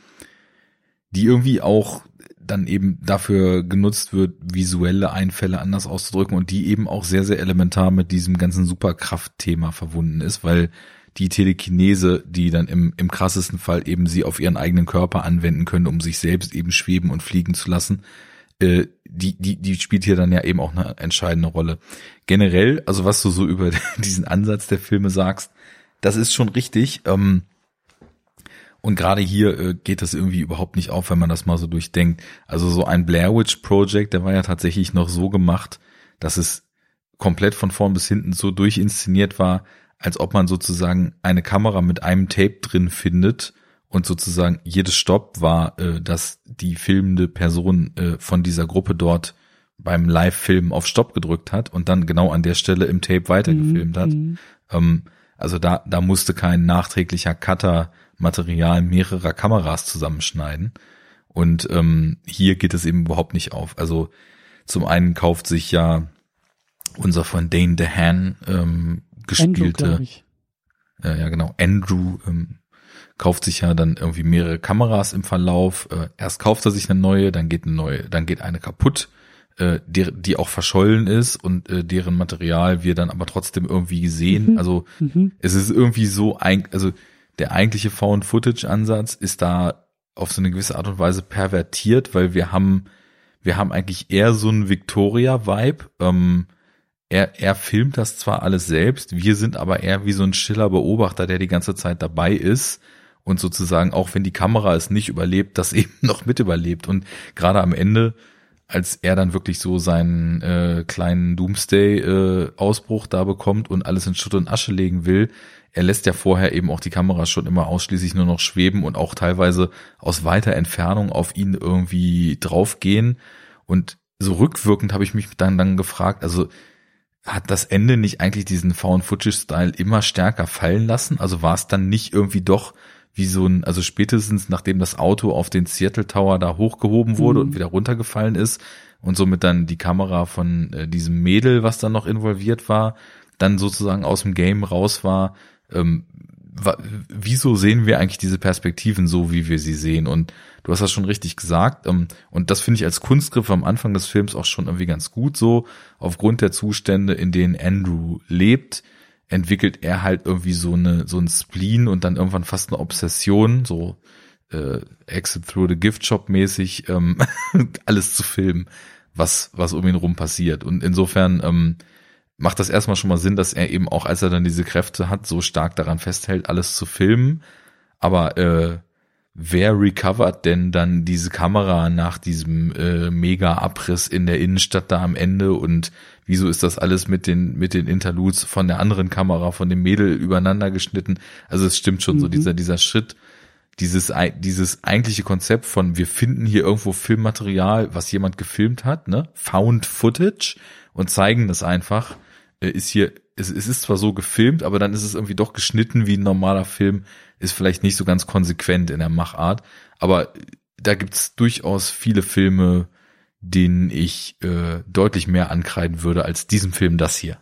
die irgendwie auch dann eben dafür genutzt wird, visuelle Einfälle anders auszudrücken und die eben auch sehr, sehr elementar mit diesem ganzen Superkraft-Thema verbunden ist, weil die Telekinese, die dann im, im krassesten Fall eben sie auf ihren eigenen Körper anwenden können, um sich selbst eben schweben und fliegen zu lassen, äh, die, die, die spielt hier dann ja eben auch eine entscheidende Rolle. Generell, also was du so über diesen Ansatz der Filme sagst, das ist schon richtig. Ähm, und gerade hier äh, geht das irgendwie überhaupt nicht auf, wenn man das mal so durchdenkt. Also so ein Blair Witch Project, der war ja tatsächlich noch so gemacht, dass es komplett von vorn bis hinten so durchinszeniert war, als ob man sozusagen eine Kamera mit einem Tape drin findet und sozusagen jedes Stopp war, äh, dass die filmende Person äh, von dieser Gruppe dort beim Live-Film auf Stopp gedrückt hat und dann genau an der Stelle im Tape weitergefilmt hat. Mhm. Ähm, also da, da musste kein nachträglicher Cutter Material mehrerer Kameras zusammenschneiden. Und ähm, hier geht es eben überhaupt nicht auf. Also zum einen kauft sich ja unser von Dane DeHaan ähm, gespielte, Andrew, ich. Äh, ja genau, Andrew ähm, kauft sich ja dann irgendwie mehrere Kameras im Verlauf. Äh, erst kauft er sich eine neue, dann geht eine neue, dann geht eine kaputt, äh, die, die auch verschollen ist und äh, deren Material wir dann aber trotzdem irgendwie sehen. Mhm. Also Mhm. es ist irgendwie so, ein, also der eigentliche Found-Footage-Ansatz ist da auf so eine gewisse Art und Weise pervertiert, weil wir haben, wir haben eigentlich eher so einen Victoria-Vibe. Ähm, er, er filmt das zwar alles selbst, wir sind aber eher wie so ein stiller Beobachter, der die ganze Zeit dabei ist und sozusagen, auch wenn die Kamera es nicht überlebt, das eben noch mit überlebt. Und gerade am Ende, als er dann wirklich so seinen äh, kleinen Doomsday-Ausbruch äh, da bekommt und alles in Schutt und Asche legen will, er lässt ja vorher eben auch die Kamera schon immer ausschließlich nur noch schweben und auch teilweise aus weiter Entfernung auf ihn irgendwie draufgehen. Und so rückwirkend habe ich mich dann, dann gefragt, also hat das Ende nicht eigentlich diesen Found-Footage-Style immer stärker fallen lassen? Also war es dann nicht irgendwie doch wie so ein, also spätestens nachdem das Auto auf den Seattle Tower da hochgehoben wurde mhm. und wieder runtergefallen ist und somit dann die Kamera von äh, diesem Mädel, was dann noch involviert war, dann sozusagen aus dem Game raus war, ähm, wa- wieso sehen wir eigentlich diese Perspektiven so, wie wir sie sehen? Und du hast das schon richtig gesagt, ähm, und das finde ich als Kunstgriff am Anfang des Films auch schon irgendwie ganz gut so, aufgrund der Zustände, in denen Andrew lebt, entwickelt er halt irgendwie so eine so ein Spleen und dann irgendwann fast eine Obsession, so äh, Exit Through the Gift Shop mäßig, ähm, alles zu filmen, was was um ihn rum passiert. Und insofern ähm, macht das erstmal schon mal Sinn, dass er eben auch, als er dann diese Kräfte hat, so stark daran festhält, alles zu filmen. Aber äh, wer recovert denn dann diese Kamera nach diesem äh, Mega-Abriss in der Innenstadt da am Ende und wieso ist das alles mit den mit den Interludes von der anderen Kamera, von dem Mädel übereinander geschnitten? Also es stimmt schon, mhm. so dieser dieser Schritt, dieses dieses eigentliche Konzept von wir finden hier irgendwo Filmmaterial, was jemand gefilmt hat, ne? Found Footage und zeigen das einfach, äh, ist hier es, es ist zwar so gefilmt, aber dann ist es irgendwie doch geschnitten wie ein normaler Film, ist vielleicht nicht so ganz konsequent in der Machart, aber da gibt's durchaus viele Filme, denen ich äh, deutlich mehr ankreiden würde als diesem Film das hier.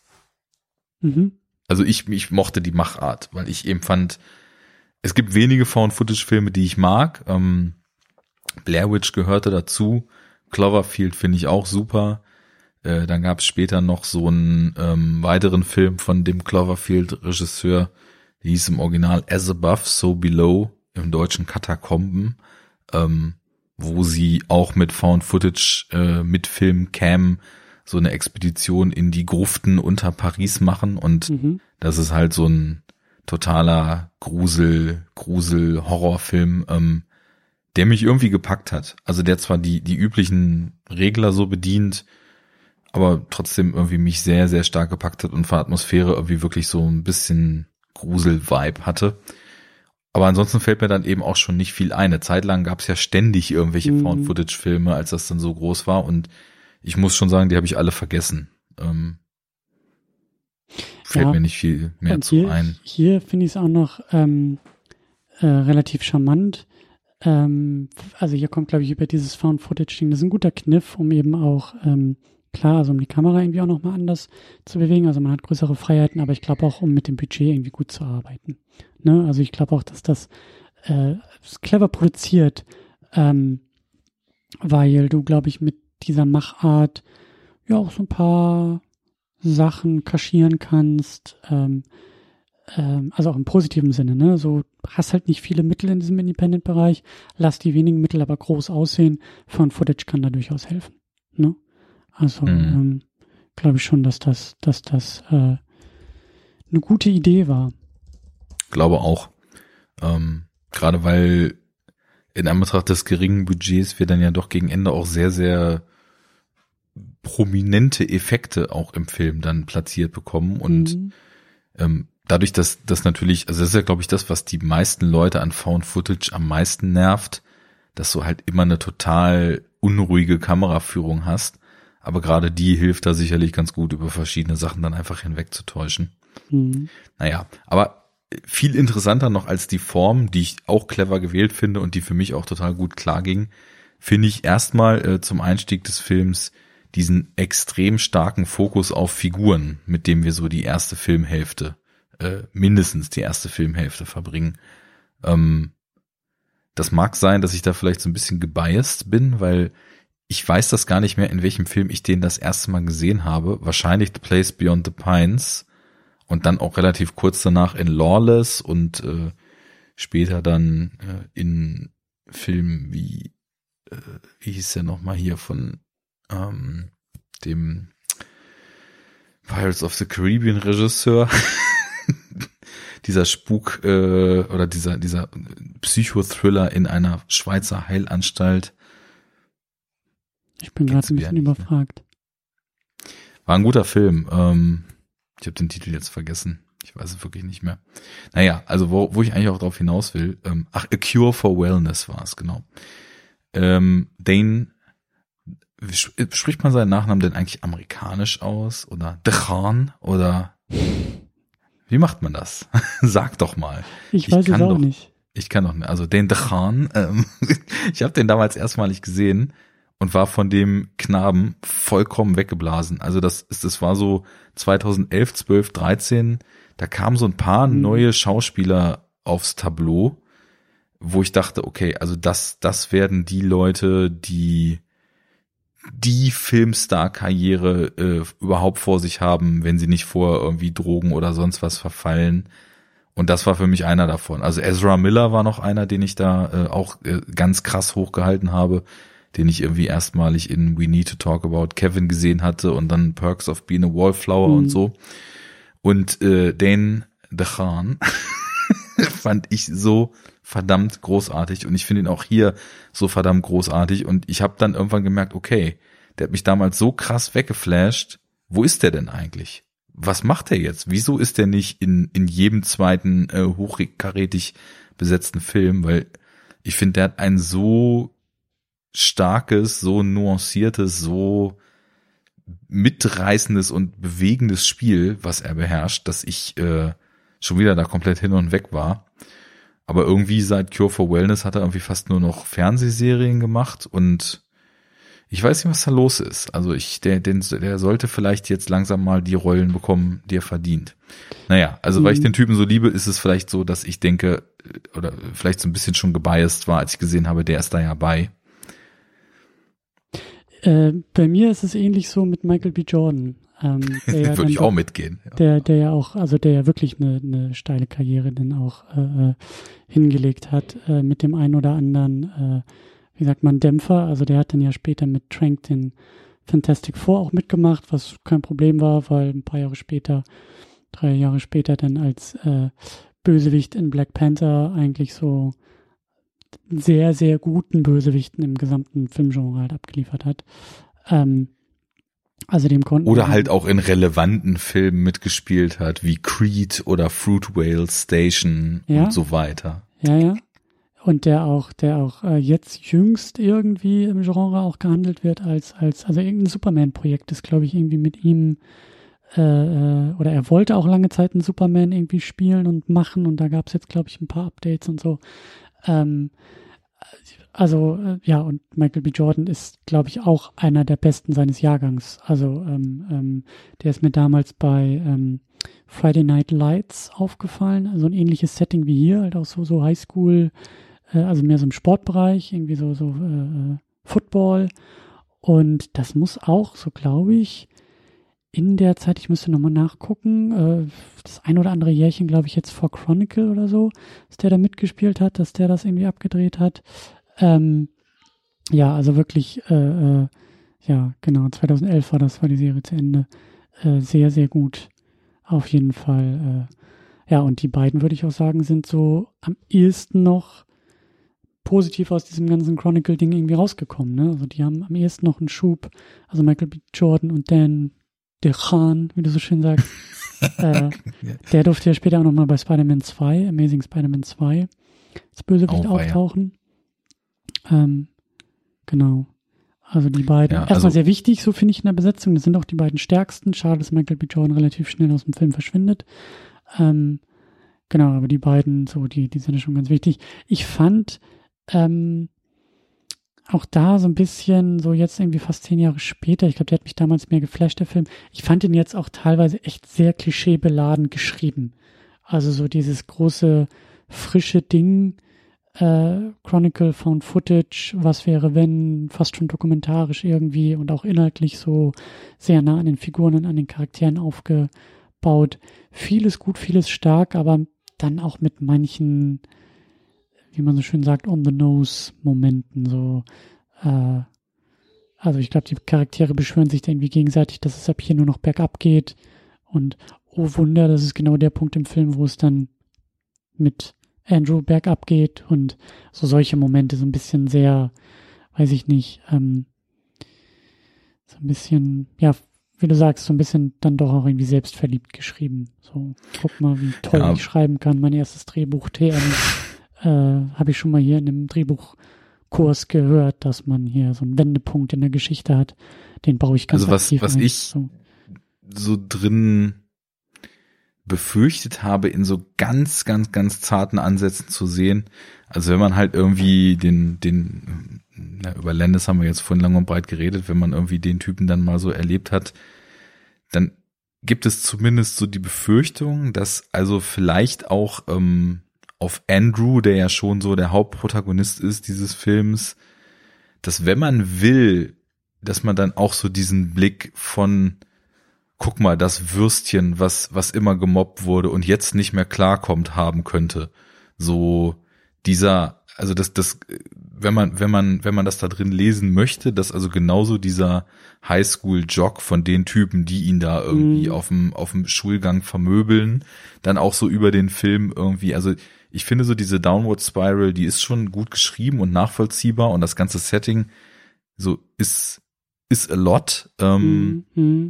Mhm. Also ich, ich mochte die Machart, weil ich eben fand, es gibt wenige Found-Footage-Filme, die ich mag. Ähm, Blair Witch gehörte dazu. Cloverfield finde ich auch super. Äh, dann gab es später noch so einen ähm, weiteren Film von dem Cloverfield-Regisseur, der hieß im Original As Above, So Below, im deutschen Katakomben, ähm, wo sie auch mit Found Footage, äh, mit Film Cam so eine Expedition in die Gruften unter Paris machen und mhm. das ist halt so ein totaler Grusel, Grusel, Horrorfilm, ähm, der mich irgendwie gepackt hat. Also der zwar die, die üblichen Regler so bedient, aber trotzdem irgendwie mich sehr, sehr stark gepackt hat und von Atmosphäre irgendwie wirklich so ein bisschen Grusel-Vibe hatte. Aber ansonsten fällt mir dann eben auch schon nicht viel ein. Eine Zeit lang gab es ja ständig irgendwelche mhm. Found-Footage-Filme, als das dann so groß war. Und ich muss schon sagen, die habe ich alle vergessen. Ähm, fällt ja, mir nicht viel mehr zu hier, ein. Hier finde ich es auch noch ähm, äh, relativ charmant. Ähm, also hier kommt, glaube ich, über dieses Found-Footage-Ding. Das ist ein guter Kniff, um eben auch, ähm, klar, also um die Kamera irgendwie auch nochmal anders zu bewegen. Also man hat größere Freiheiten, aber ich glaube auch, um mit dem Budget irgendwie gut zu arbeiten. Ne? Also ich glaube auch, dass das äh, ist clever produziert, ähm, weil du, glaube ich, mit dieser Machart ja auch so ein paar Sachen kaschieren kannst, ähm, ähm, also auch im positiven Sinne, ne? So hast halt nicht viele Mittel in diesem Independent-Bereich, lass die wenigen Mittel aber groß aussehen. Found Footage kann da durchaus helfen, ne? Also mhm. ähm, glaube ich schon, dass das, dass das äh, eine gute Idee war. Glaube auch. Ähm, gerade weil in Anbetracht des geringen Budgets wir dann ja doch gegen Ende auch sehr, sehr prominente Effekte auch im Film dann platziert bekommen und mhm. ähm, dadurch, dass das natürlich, also das ist ja, glaube ich, das, was die meisten Leute an Found Footage am meisten nervt, dass du halt immer eine total unruhige Kameraführung hast, aber gerade die hilft da sicherlich ganz gut, über verschiedene Sachen dann einfach hinwegzutäuschen. Mhm. Naja, aber viel interessanter noch als die Form, die ich auch clever gewählt finde und die für mich auch total gut klar ging, finde ich erstmal äh, zum Einstieg des Films diesen extrem starken Fokus auf Figuren, mit dem wir so die erste Filmhälfte, äh, mindestens die erste Filmhälfte verbringen. Ähm, das mag sein, dass ich da vielleicht so ein bisschen gebiased bin, weil ich weiß das gar nicht mehr, in welchem Film ich den das erste Mal gesehen habe. Wahrscheinlich The Place Beyond the Pines und dann auch relativ kurz danach in Lawless und äh, später dann äh, in Filmen wie, äh, wie hieß der nochmal hier von ähm, dem Pirates of the Caribbean Regisseur. Dieser Spuk äh, oder dieser dieser Psychothriller in einer Schweizer Heilanstalt. Ich bin gerade ein bisschen überfragt. War ein guter Film. Ähm, ich habe den Titel jetzt vergessen. Ich weiß es wirklich nicht mehr. Naja, also wo, wo ich eigentlich auch drauf hinaus will. Ähm, ach, A Cure for Wellness war es, genau. Ähm, Dane, spricht man seinen Nachnamen denn eigentlich amerikanisch aus? Oder Dechan? Oder wie macht man das? Sag doch mal. Ich weiß ich es auch doch, nicht. Ich kann doch nicht. Also den Dechan, ähm, ich habe den damals erstmalig gesehen und war von dem Knaben vollkommen weggeblasen. Also das ist, das war so zweitausendelf, zwölf, dreizehn, da kamen so ein paar Mhm. neue Schauspieler aufs Tableau, wo ich dachte, okay, also das, das werden die Leute, die die Filmstar-Karriere äh, überhaupt vor sich haben, wenn sie nicht vor irgendwie Drogen oder sonst was verfallen. Und das war für mich einer davon. Also Ezra Miller war noch einer, den ich da äh, auch äh, ganz krass hochgehalten habe, den ich irgendwie erstmalig in We Need to Talk About Kevin gesehen hatte und dann Perks of Being a Wallflower Mhm. und so. Und äh, Dane DeHaan fand ich so verdammt großartig und ich finde ihn auch hier so verdammt großartig und ich habe dann irgendwann gemerkt, okay, der hat mich damals so krass weggeflasht, wo ist der denn eigentlich? Was macht er jetzt? Wieso ist der nicht in in jedem zweiten äh, hochkarätig besetzten Film? Weil ich finde, der hat ein so starkes, so nuanciertes, so mitreißendes und bewegendes Spiel, was er beherrscht, dass ich äh, schon wieder da komplett hin und weg war. Aber irgendwie seit Cure for Wellness hat er irgendwie fast nur noch Fernsehserien gemacht und ich weiß nicht, was da los ist. Also ich, der, den, der sollte vielleicht jetzt langsam mal die Rollen bekommen, die er verdient. Naja, also weil ich den Typen so liebe, ist es vielleicht so, dass ich denke, oder vielleicht so ein bisschen schon gebiased war, als ich gesehen habe, der ist da ja bei. Äh, bei mir ist es ähnlich so mit Michael B. Jordan. Ähm, der ja Würde ich dann auch doch- mitgehen. Ja. Der, der ja auch, also der ja wirklich eine, eine steile Karriere dann auch äh, äh, hingelegt hat, äh, mit dem einen oder anderen, äh, wie sagt man, Dämpfer. Also der hat dann ja später mit Trank den Fantastic Four auch mitgemacht, was kein Problem war, weil ein paar Jahre später, drei Jahre später dann als äh, Bösewicht in Black Panther eigentlich so sehr, sehr guten Bösewichten im gesamten Filmgenre halt abgeliefert hat. Ähm, also dem konnten Oder wir- halt auch in relevanten Filmen mitgespielt hat, wie Creed oder Fruit Whale Station Ja. und so weiter. Ja, ja. Und der auch, der auch äh, jetzt jüngst irgendwie im Genre auch gehandelt wird als, als, also irgendein Superman-Projekt ist, glaube ich, irgendwie mit ihm, äh, äh, oder er wollte auch lange Zeit einen Superman irgendwie spielen und machen und da gab es jetzt, glaube ich, ein paar Updates und so. Ähm, also, äh, ja, und Michael B. Jordan ist, glaube ich, auch einer der Besten seines Jahrgangs. Also, ähm, ähm, der ist mir damals bei ähm, Friday Night Lights aufgefallen. Also ein ähnliches Setting wie hier, halt auch so, so Highschool, äh, also mehr so im Sportbereich, irgendwie so, so äh, Football. Und das muss auch, so glaube ich, in der Zeit, ich müsste nochmal nachgucken, äh, das ein oder andere Jährchen, glaube ich, jetzt vor Chronicle oder so, dass der da mitgespielt hat, dass der das irgendwie abgedreht hat. Ähm, ja, also wirklich, äh, äh, ja, genau, zweitausendelf war das, war die Serie zu Ende. Äh, sehr, sehr gut. Auf jeden Fall. Äh, ja, und die beiden, würde ich auch sagen, sind so am ehesten noch positiv aus diesem ganzen Chronicle-Ding irgendwie rausgekommen. Ne? Also die haben am ehesten noch einen Schub. Also Michael B. Jordan und Dan DeHaan, wie du so schön sagst. äh, der durfte ja später auch nochmal bei Spider-Man zwei, Amazing Spider-Man zwei, als Bösewicht Oh, weia. auftauchen. Ähm, genau. Also die beiden, Ja, erstmal also- sehr wichtig, so finde ich in der Besetzung. Das sind auch die beiden stärksten. Schade, dass Michael B. Jordan relativ schnell aus dem Film verschwindet. Ähm, genau, aber die beiden, so, die, die sind ja schon ganz wichtig. Ich fand ähm, auch da so ein bisschen, so jetzt irgendwie fast zehn Jahre später, ich glaube, der hat mich damals mehr geflasht, der Film. Ich fand ihn jetzt auch teilweise echt sehr klischeebeladen geschrieben. Also so dieses große, frische Ding, äh, Chronicle, Found Footage, was wäre wenn, fast schon dokumentarisch irgendwie und auch inhaltlich so sehr nah an den Figuren und an den Charakteren aufgebaut. Vieles gut, vieles stark, aber dann auch mit manchen, wie man so schön sagt, on-the-nose-Momenten, so, äh, Also ich glaube, die Charaktere beschwören sich da irgendwie gegenseitig, dass es ab hier nur noch bergab geht. Und oh Wunder, das ist genau der Punkt im Film, wo es dann mit Andrew bergab geht. Und so solche Momente, so ein bisschen sehr, weiß ich nicht, ähm, so ein bisschen, ja, wie du sagst, so ein bisschen dann doch auch irgendwie selbstverliebt geschrieben. So, guck mal, wie toll Ja. ich schreiben kann. Mein erstes Drehbuch, T M, äh, habe ich schon mal hier in einem Drehbuchkurs gehört, dass man hier so einen Wendepunkt in der Geschichte hat. Den baue ich ganz Also was, aktiv was ein. ich So. so drin befürchtet habe, in so ganz, ganz, ganz zarten Ansätzen zu sehen. Also wenn man halt irgendwie den, den, na, über Landis haben wir jetzt vorhin lang und breit geredet, wenn man irgendwie den Typen dann mal so erlebt hat, dann gibt es zumindest so die Befürchtung, dass also vielleicht auch ähm, auf Andrew, der ja schon so der Hauptprotagonist ist dieses Films, dass wenn man will, dass man dann auch so diesen Blick von guck mal, das Würstchen, was was immer gemobbt wurde und jetzt nicht mehr klarkommt, haben könnte. So dieser, also das das wenn man wenn man wenn man das da drin lesen möchte, dass also genauso dieser Highschool-Jock von den Typen, die ihn da irgendwie Mhm. auf dem auf dem Schulgang vermöbeln, dann auch so über den Film irgendwie, also ich finde so diese Downward Spiral, die ist schon gut geschrieben und nachvollziehbar und das ganze Setting so ist ist a lot. Ähm, Mhm. Mhm.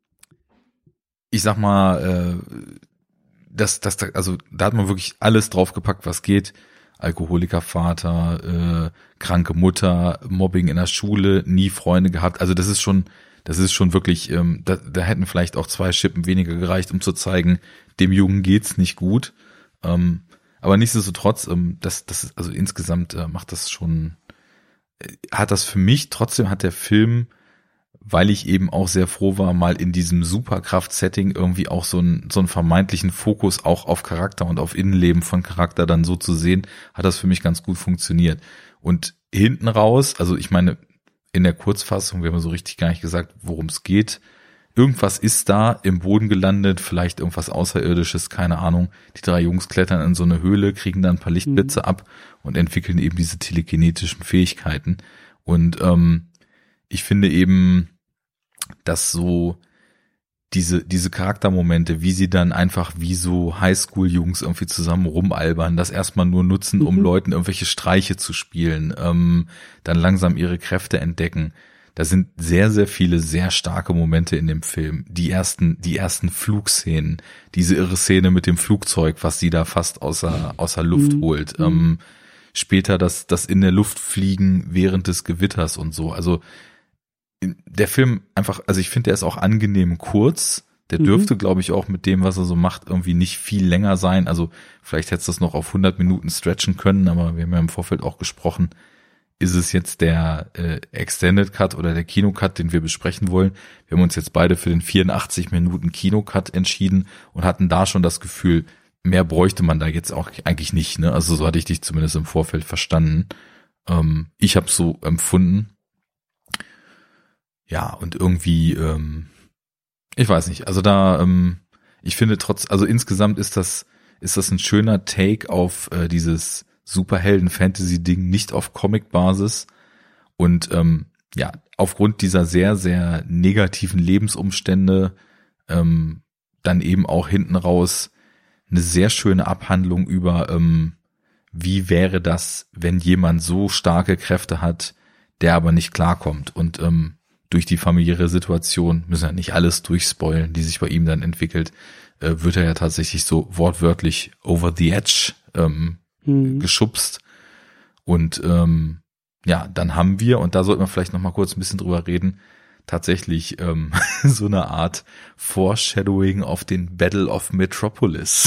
ich sag mal, äh, das, das, also da hat man wirklich alles draufgepackt, was geht. Alkoholikervater, äh, kranke Mutter, Mobbing in der Schule, nie Freunde gehabt. Also das ist schon, das ist schon wirklich, ähm, da, da hätten vielleicht auch zwei Schippen weniger gereicht, um zu zeigen, dem Jungen geht's nicht gut. Ähm, aber nichtsdestotrotz, ähm, das, das ist, also insgesamt äh, macht das schon, äh, hat das für mich, trotzdem hat der Film, weil ich eben auch sehr froh war, mal in diesem Superkraft-Setting irgendwie auch so einen, so einen vermeintlichen Fokus auch auf Charakter und auf Innenleben von Charakter dann so zu sehen, hat das für mich ganz gut funktioniert. Und hinten raus, also ich meine, in der Kurzfassung, wir haben so richtig gar nicht gesagt, worum es geht. Irgendwas ist da im Boden gelandet, vielleicht irgendwas Außerirdisches, keine Ahnung. Die drei Jungs klettern in so eine Höhle, kriegen dann ein paar Lichtblitze mhm. ab und entwickeln eben diese telekinetischen Fähigkeiten. Und ähm, ich finde eben, dass so diese diese Charaktermomente, wie sie dann einfach wie so Highschool-Jungs irgendwie zusammen rumalbern, das erstmal nur nutzen, um mhm. Leuten irgendwelche Streiche zu spielen, ähm, dann langsam ihre Kräfte entdecken. Da sind sehr, sehr viele sehr starke Momente in dem Film. Die ersten die ersten Flugszenen, diese irre Szene mit dem Flugzeug, was sie da fast außer außer Luft mhm. holt. Ähm, später das das in der Luft fliegen während des Gewitters und so. Also der Film einfach, also ich finde, der ist auch angenehm kurz. Der dürfte, mhm. glaube ich, auch mit dem, was er so macht, irgendwie nicht viel länger sein. Also vielleicht hätte es das noch auf hundert Minuten stretchen können, aber wir haben ja im Vorfeld auch gesprochen, ist es jetzt der äh, Extended Cut oder der Kinocut, den wir besprechen wollen. Wir haben uns jetzt beide für den vierundachtzig Minuten Kinocut entschieden und hatten da schon das Gefühl, mehr bräuchte man da jetzt auch eigentlich nicht. Ne? Also so hatte ich dich zumindest im Vorfeld verstanden. Ähm, ich habe es so empfunden. Ja, und irgendwie, ähm, ich weiß nicht, also da, ähm, ich finde trotz, also insgesamt ist das, ist das ein schöner Take auf äh, dieses Superhelden-Fantasy-Ding, nicht auf Comic-Basis und ähm, ja, aufgrund dieser sehr, sehr negativen Lebensumstände ähm, dann eben auch hinten raus eine sehr schöne Abhandlung über, ähm, wie wäre das, wenn jemand so starke Kräfte hat, der aber nicht klarkommt und ähm, durch die familiäre Situation, müssen ja nicht alles durchspoilen, die sich bei ihm dann entwickelt, äh, wird er ja tatsächlich so wortwörtlich over the edge ähm, mhm. geschubst. Und ähm, ja, dann haben wir, und da sollten wir vielleicht noch mal kurz ein bisschen drüber reden, tatsächlich ähm, so eine Art Foreshadowing auf den Battle of Metropolis.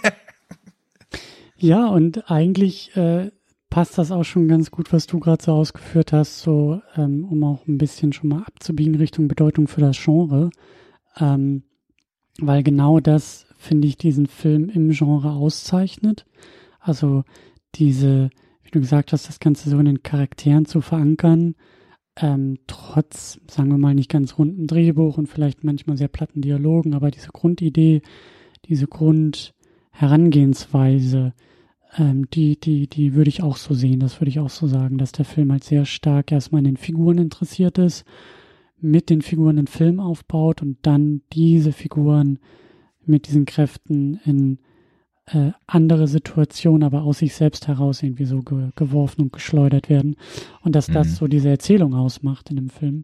Ja, und eigentlich äh, passt das auch schon ganz gut, was du gerade so ausgeführt hast, so ähm, um auch ein bisschen schon mal abzubiegen Richtung Bedeutung für das Genre, ähm, weil genau das, finde ich, diesen Film im Genre auszeichnet. Also diese, wie du gesagt hast, das Ganze so in den Charakteren zu verankern, ähm, trotz, sagen wir mal, nicht ganz runden Drehbuch und vielleicht manchmal sehr platten Dialogen, aber diese Grundidee, diese Grundherangehensweise, ähm, die, die, die würde ich auch so sehen, das würde ich auch so sagen, dass der Film halt sehr stark erstmal an den Figuren interessiert ist, mit den Figuren einen Film aufbaut und dann diese Figuren mit diesen Kräften in äh, andere Situationen, aber aus sich selbst heraus irgendwie so ge- geworfen und geschleudert werden. Und dass das Mhm. so diese Erzählung ausmacht in dem Film.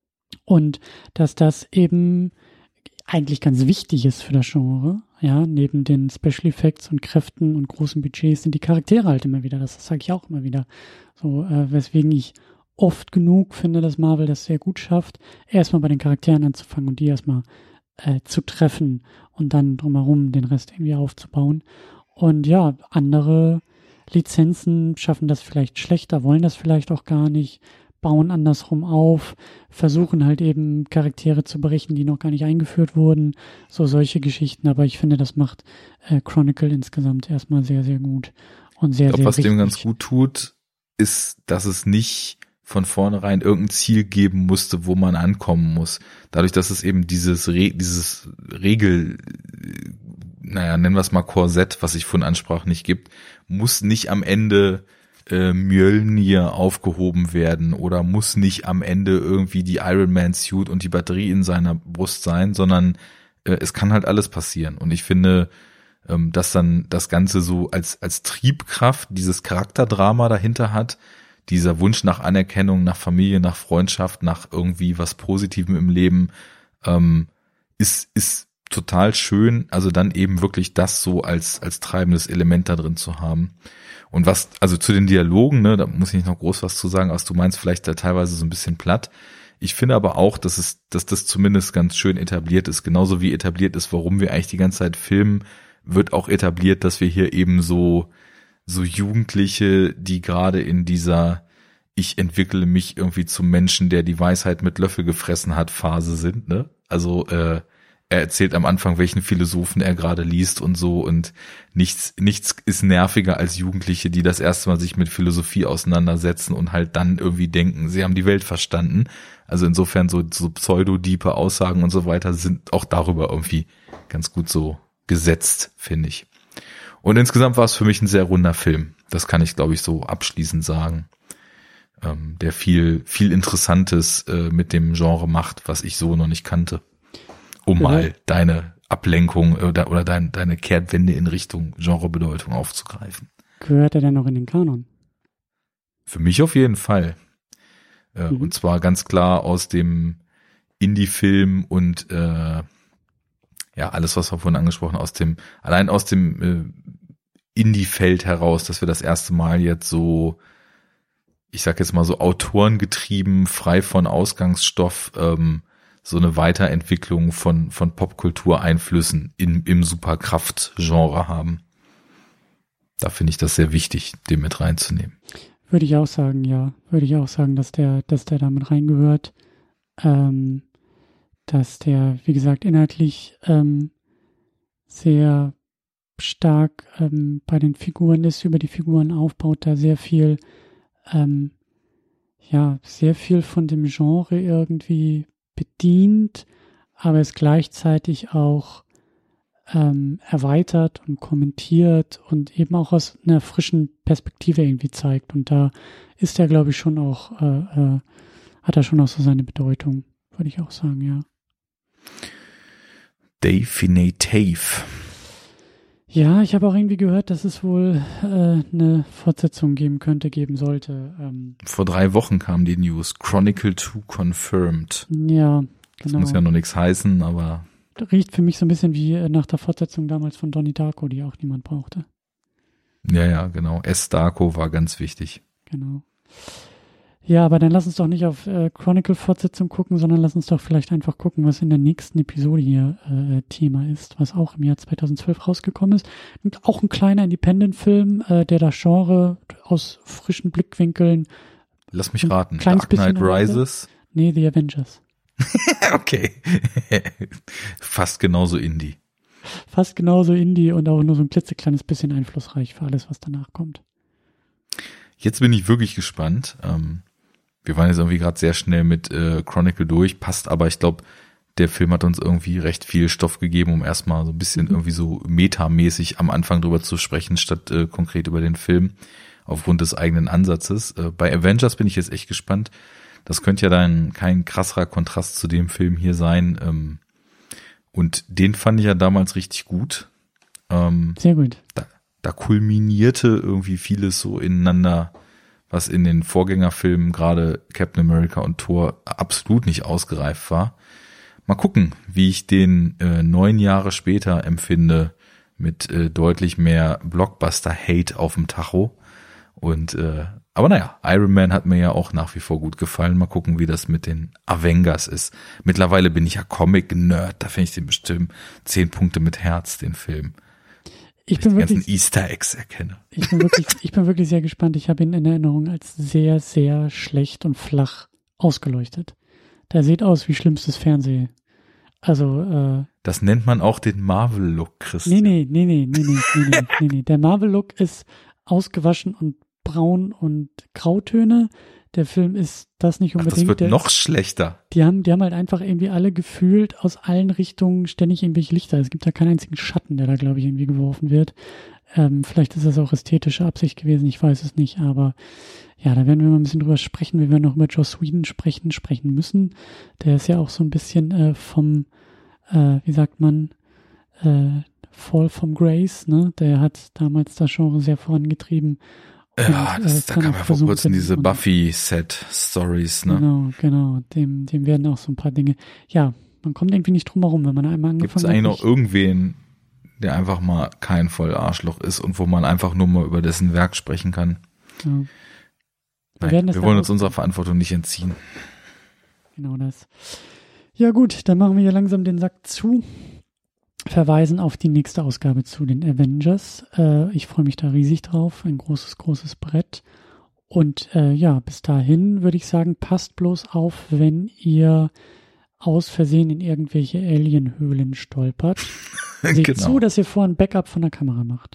Und dass das eben eigentlich ganz wichtig ist für das Genre. Ja, neben den Special Effects und Kräften und großen Budgets sind die Charaktere halt immer wieder, das sage ich auch immer wieder. So, äh, weswegen ich oft genug finde, dass Marvel das sehr gut schafft, erstmal bei den Charakteren anzufangen und die erstmal äh, zu treffen und dann drumherum den Rest irgendwie aufzubauen. Und ja, andere Lizenzen schaffen das vielleicht schlechter, wollen das vielleicht auch gar nicht, bauen andersrum auf, versuchen halt eben Charaktere zu berichten, die noch gar nicht eingeführt wurden, so solche Geschichten. Aber ich finde, das macht äh, Chronicle insgesamt erstmal sehr, sehr gut und sehr, Ich glaube, sehr was richtig. dem ganz gut tut, ist, dass es nicht von vornherein irgendein Ziel geben musste, wo man ankommen muss. Dadurch, dass es eben dieses Re- dieses Regel, naja, nennen wir es mal Korsett, was ich vorhin ansprach, nicht gibt, muss nicht am Ende äh, Mjölnir aufgehoben werden oder muss nicht am Ende irgendwie die Iron Man Suit und die Batterie in seiner Brust sein, sondern äh, es kann halt alles passieren. Und ich finde, ähm, dass dann das Ganze so als als Triebkraft dieses Charakterdrama dahinter hat, dieser Wunsch nach Anerkennung, nach Familie, nach Freundschaft, nach irgendwie was Positivem im Leben, ähm, ist ist total schön. Also dann eben wirklich das so als als treibendes Element da drin zu haben. Und was, also zu den Dialogen, ne, da muss ich nicht noch groß was zu sagen, was du meinst, vielleicht da teilweise so ein bisschen platt. Ich finde aber auch, dass es, dass das zumindest ganz schön etabliert ist. Genauso wie etabliert ist, warum wir eigentlich die ganze Zeit filmen, wird auch etabliert, dass wir hier eben so, so Jugendliche, die gerade in dieser ich entwickle mich irgendwie zum Menschen, der die Weisheit mit Löffel gefressen hat, Phase sind, ne? Also, äh, er erzählt am Anfang, welchen Philosophen er gerade liest und so, und nichts, nichts ist nerviger als Jugendliche, die das erste Mal sich mit Philosophie auseinandersetzen und halt dann irgendwie denken, sie haben die Welt verstanden. Also insofern so, so pseudo-diepe Aussagen und so weiter sind auch darüber irgendwie ganz gut so gesetzt, finde ich. Und insgesamt war es für mich ein sehr runder Film. Das kann ich, glaube ich, so abschließend sagen. Ähm, der viel, viel Interessantes äh, mit dem Genre macht, was ich so noch nicht kannte. Um Ja. mal deine Ablenkung oder, oder dein, deine Kehrtwende in Richtung Genrebedeutung aufzugreifen. Gehört er denn noch in den Kanon? Für mich auf jeden Fall. Äh, Mhm. Und zwar ganz klar aus dem Indie-Film und äh, ja, alles, was wir vorhin angesprochen haben, aus dem, allein aus dem äh, Indie-Feld heraus, dass wir das erste Mal jetzt so, ich sag jetzt mal so autorengetrieben, frei von Ausgangsstoff, ähm, so eine Weiterentwicklung von von Popkultureinflüssen in, im Superkraft-Genre haben. Da finde ich das sehr wichtig, den mit reinzunehmen. Würde ich auch sagen, ja. Würde ich auch sagen, dass der, dass der damit reingehört. Ähm, dass der, wie gesagt, inhaltlich ähm, sehr stark ähm, bei den Figuren ist, über die Figuren aufbaut, da sehr viel, ähm, ja, sehr viel von dem Genre irgendwie bedient, aber es gleichzeitig auch ähm, erweitert und kommentiert und eben auch aus einer frischen Perspektive irgendwie zeigt. Und da ist er, glaube ich, schon auch, äh, äh, hat er schon auch so seine Bedeutung, würde ich auch sagen, ja. Definitive. Ja, ich habe auch irgendwie gehört, dass es wohl äh, eine Fortsetzung geben könnte, geben sollte. Ähm, Vor drei Wochen kam die News. Chronicle two confirmed. ja, Das genau. muss ja noch nichts heißen, aber Riecht für mich so ein bisschen wie äh, nach der Fortsetzung damals von Donnie Darko, die auch niemand brauchte. ja, ja, genau. S. Darko war ganz wichtig. Genau. Ja, aber dann lass uns doch nicht auf äh, Chronicle-Fortsetzung gucken, sondern lass uns doch vielleicht einfach gucken, was in der nächsten Episode hier äh, Thema ist, was auch im Jahr zweitausendzwölf rausgekommen ist. Und auch ein kleiner Independent-Film, äh, der das Genre aus frischen Blickwinkeln. Lass mich Ein raten. kleines Dark Knight bisschen erweitert. Rises? Nee, The Avengers. Okay. Fast genauso Indie. Fast genauso Indie und auch nur so ein klitzekleines bisschen einflussreich für alles, was danach kommt. Jetzt bin ich wirklich gespannt. Ähm, wir waren jetzt irgendwie gerade sehr schnell mit äh, Chronicle durch, passt aber, ich glaube, der Film hat uns irgendwie recht viel Stoff gegeben, um erstmal so ein bisschen Mhm. irgendwie so metamäßig am Anfang drüber zu sprechen, statt äh, konkret über den Film, aufgrund des eigenen Ansatzes. Äh, bei Avengers bin ich jetzt echt gespannt. Das könnte ja dann kein krasserer Kontrast zu dem Film hier sein. Ähm, und den fand ich ja damals richtig gut. Ähm, Sehr gut. da, da kulminierte irgendwie vieles so ineinander, was in den Vorgängerfilmen, gerade Captain America und Thor, absolut nicht ausgereift war. Mal gucken, wie ich den äh, neun Jahre später empfinde, mit äh, deutlich mehr Blockbuster-Hate auf dem Tacho. Und äh, aber naja, Iron Man hat mir ja auch nach wie vor gut gefallen. Mal gucken, wie das mit den Avengers ist. Mittlerweile bin ich ja Comic-Nerd, da finde ich den bestimmt zehn Punkte mit Herz, den Film. Ich bin die ganzen wirklich, Easter Eggs erkenne. ich bin wirklich, ich bin wirklich sehr gespannt. Ich habe ihn in Erinnerung als sehr, sehr schlecht und flach ausgeleuchtet. Der sieht aus wie schlimmstes Fernsehen. Also, äh, Das nennt man auch den Marvel-Look, Christian. nee, nee, nee, nee, nee, nee, nee, nee, nee, nee. Der Marvel-Look ist ausgewaschen und braun und Grautöne. Der Film ist das nicht Ach, unbedingt. das wird Der noch ist, schlechter. die haben, die haben halt einfach irgendwie alle gefühlt aus allen Richtungen ständig irgendwelche Lichter. Es gibt da keinen einzigen Schatten, der da, glaube ich, irgendwie geworfen wird. Ähm, vielleicht ist das auch ästhetische Absicht gewesen, ich weiß es nicht, aber ja, da werden wir mal ein bisschen drüber sprechen. Wir werden noch über Joss Whedon sprechen, sprechen müssen. Der ist ja auch so ein bisschen äh, vom, äh, wie sagt man, äh, Fall from Grace, ne? Der hat damals das Genre sehr vorangetrieben. Ja, Und, das, äh, da kann kam auch ja vor kurzem versunken diese und- Buffy-Set-Stories, ne? Genau, genau. Dem, dem werden auch so ein paar Dinge. Ja, man kommt irgendwie nicht drum herum, wenn man einmal Gibt es angefangen eigentlich hat. noch irgendwen, der einfach mal kein Vollarschloch ist und wo man einfach nur mal über dessen Werk sprechen kann? Ja. Wir Nein, werden das wir dann wollen auch- uns unserer Verantwortung nicht entziehen. Genau das. Ja gut, dann machen wir hier langsam den Sack zu. Verweisen auf die nächste Ausgabe zu den Avengers. Äh, ich freue mich da riesig drauf. Ein großes, großes Brett. Und äh, ja, bis dahin würde ich sagen, passt bloß auf, wenn ihr aus Versehen in irgendwelche Alienhöhlen stolpert. Seht Genau. zu, dass ihr vorher ein Backup von der Kamera macht.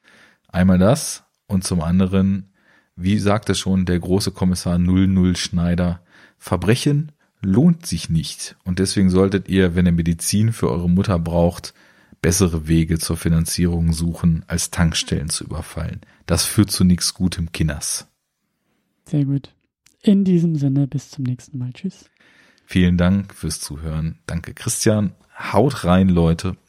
Einmal das und zum anderen, wie sagte schon der große Kommissar null null Schneider, Verbrechen lohnt sich nicht. Und deswegen solltet ihr, wenn ihr Medizin für eure Mutter braucht, bessere Wege zur Finanzierung suchen, als Tankstellen zu überfallen. Das führt zu nichts Gutem, Kinders. Sehr gut. In diesem Sinne, bis zum nächsten Mal. Tschüss. Vielen Dank fürs Zuhören. Danke, Christian. Haut rein, Leute.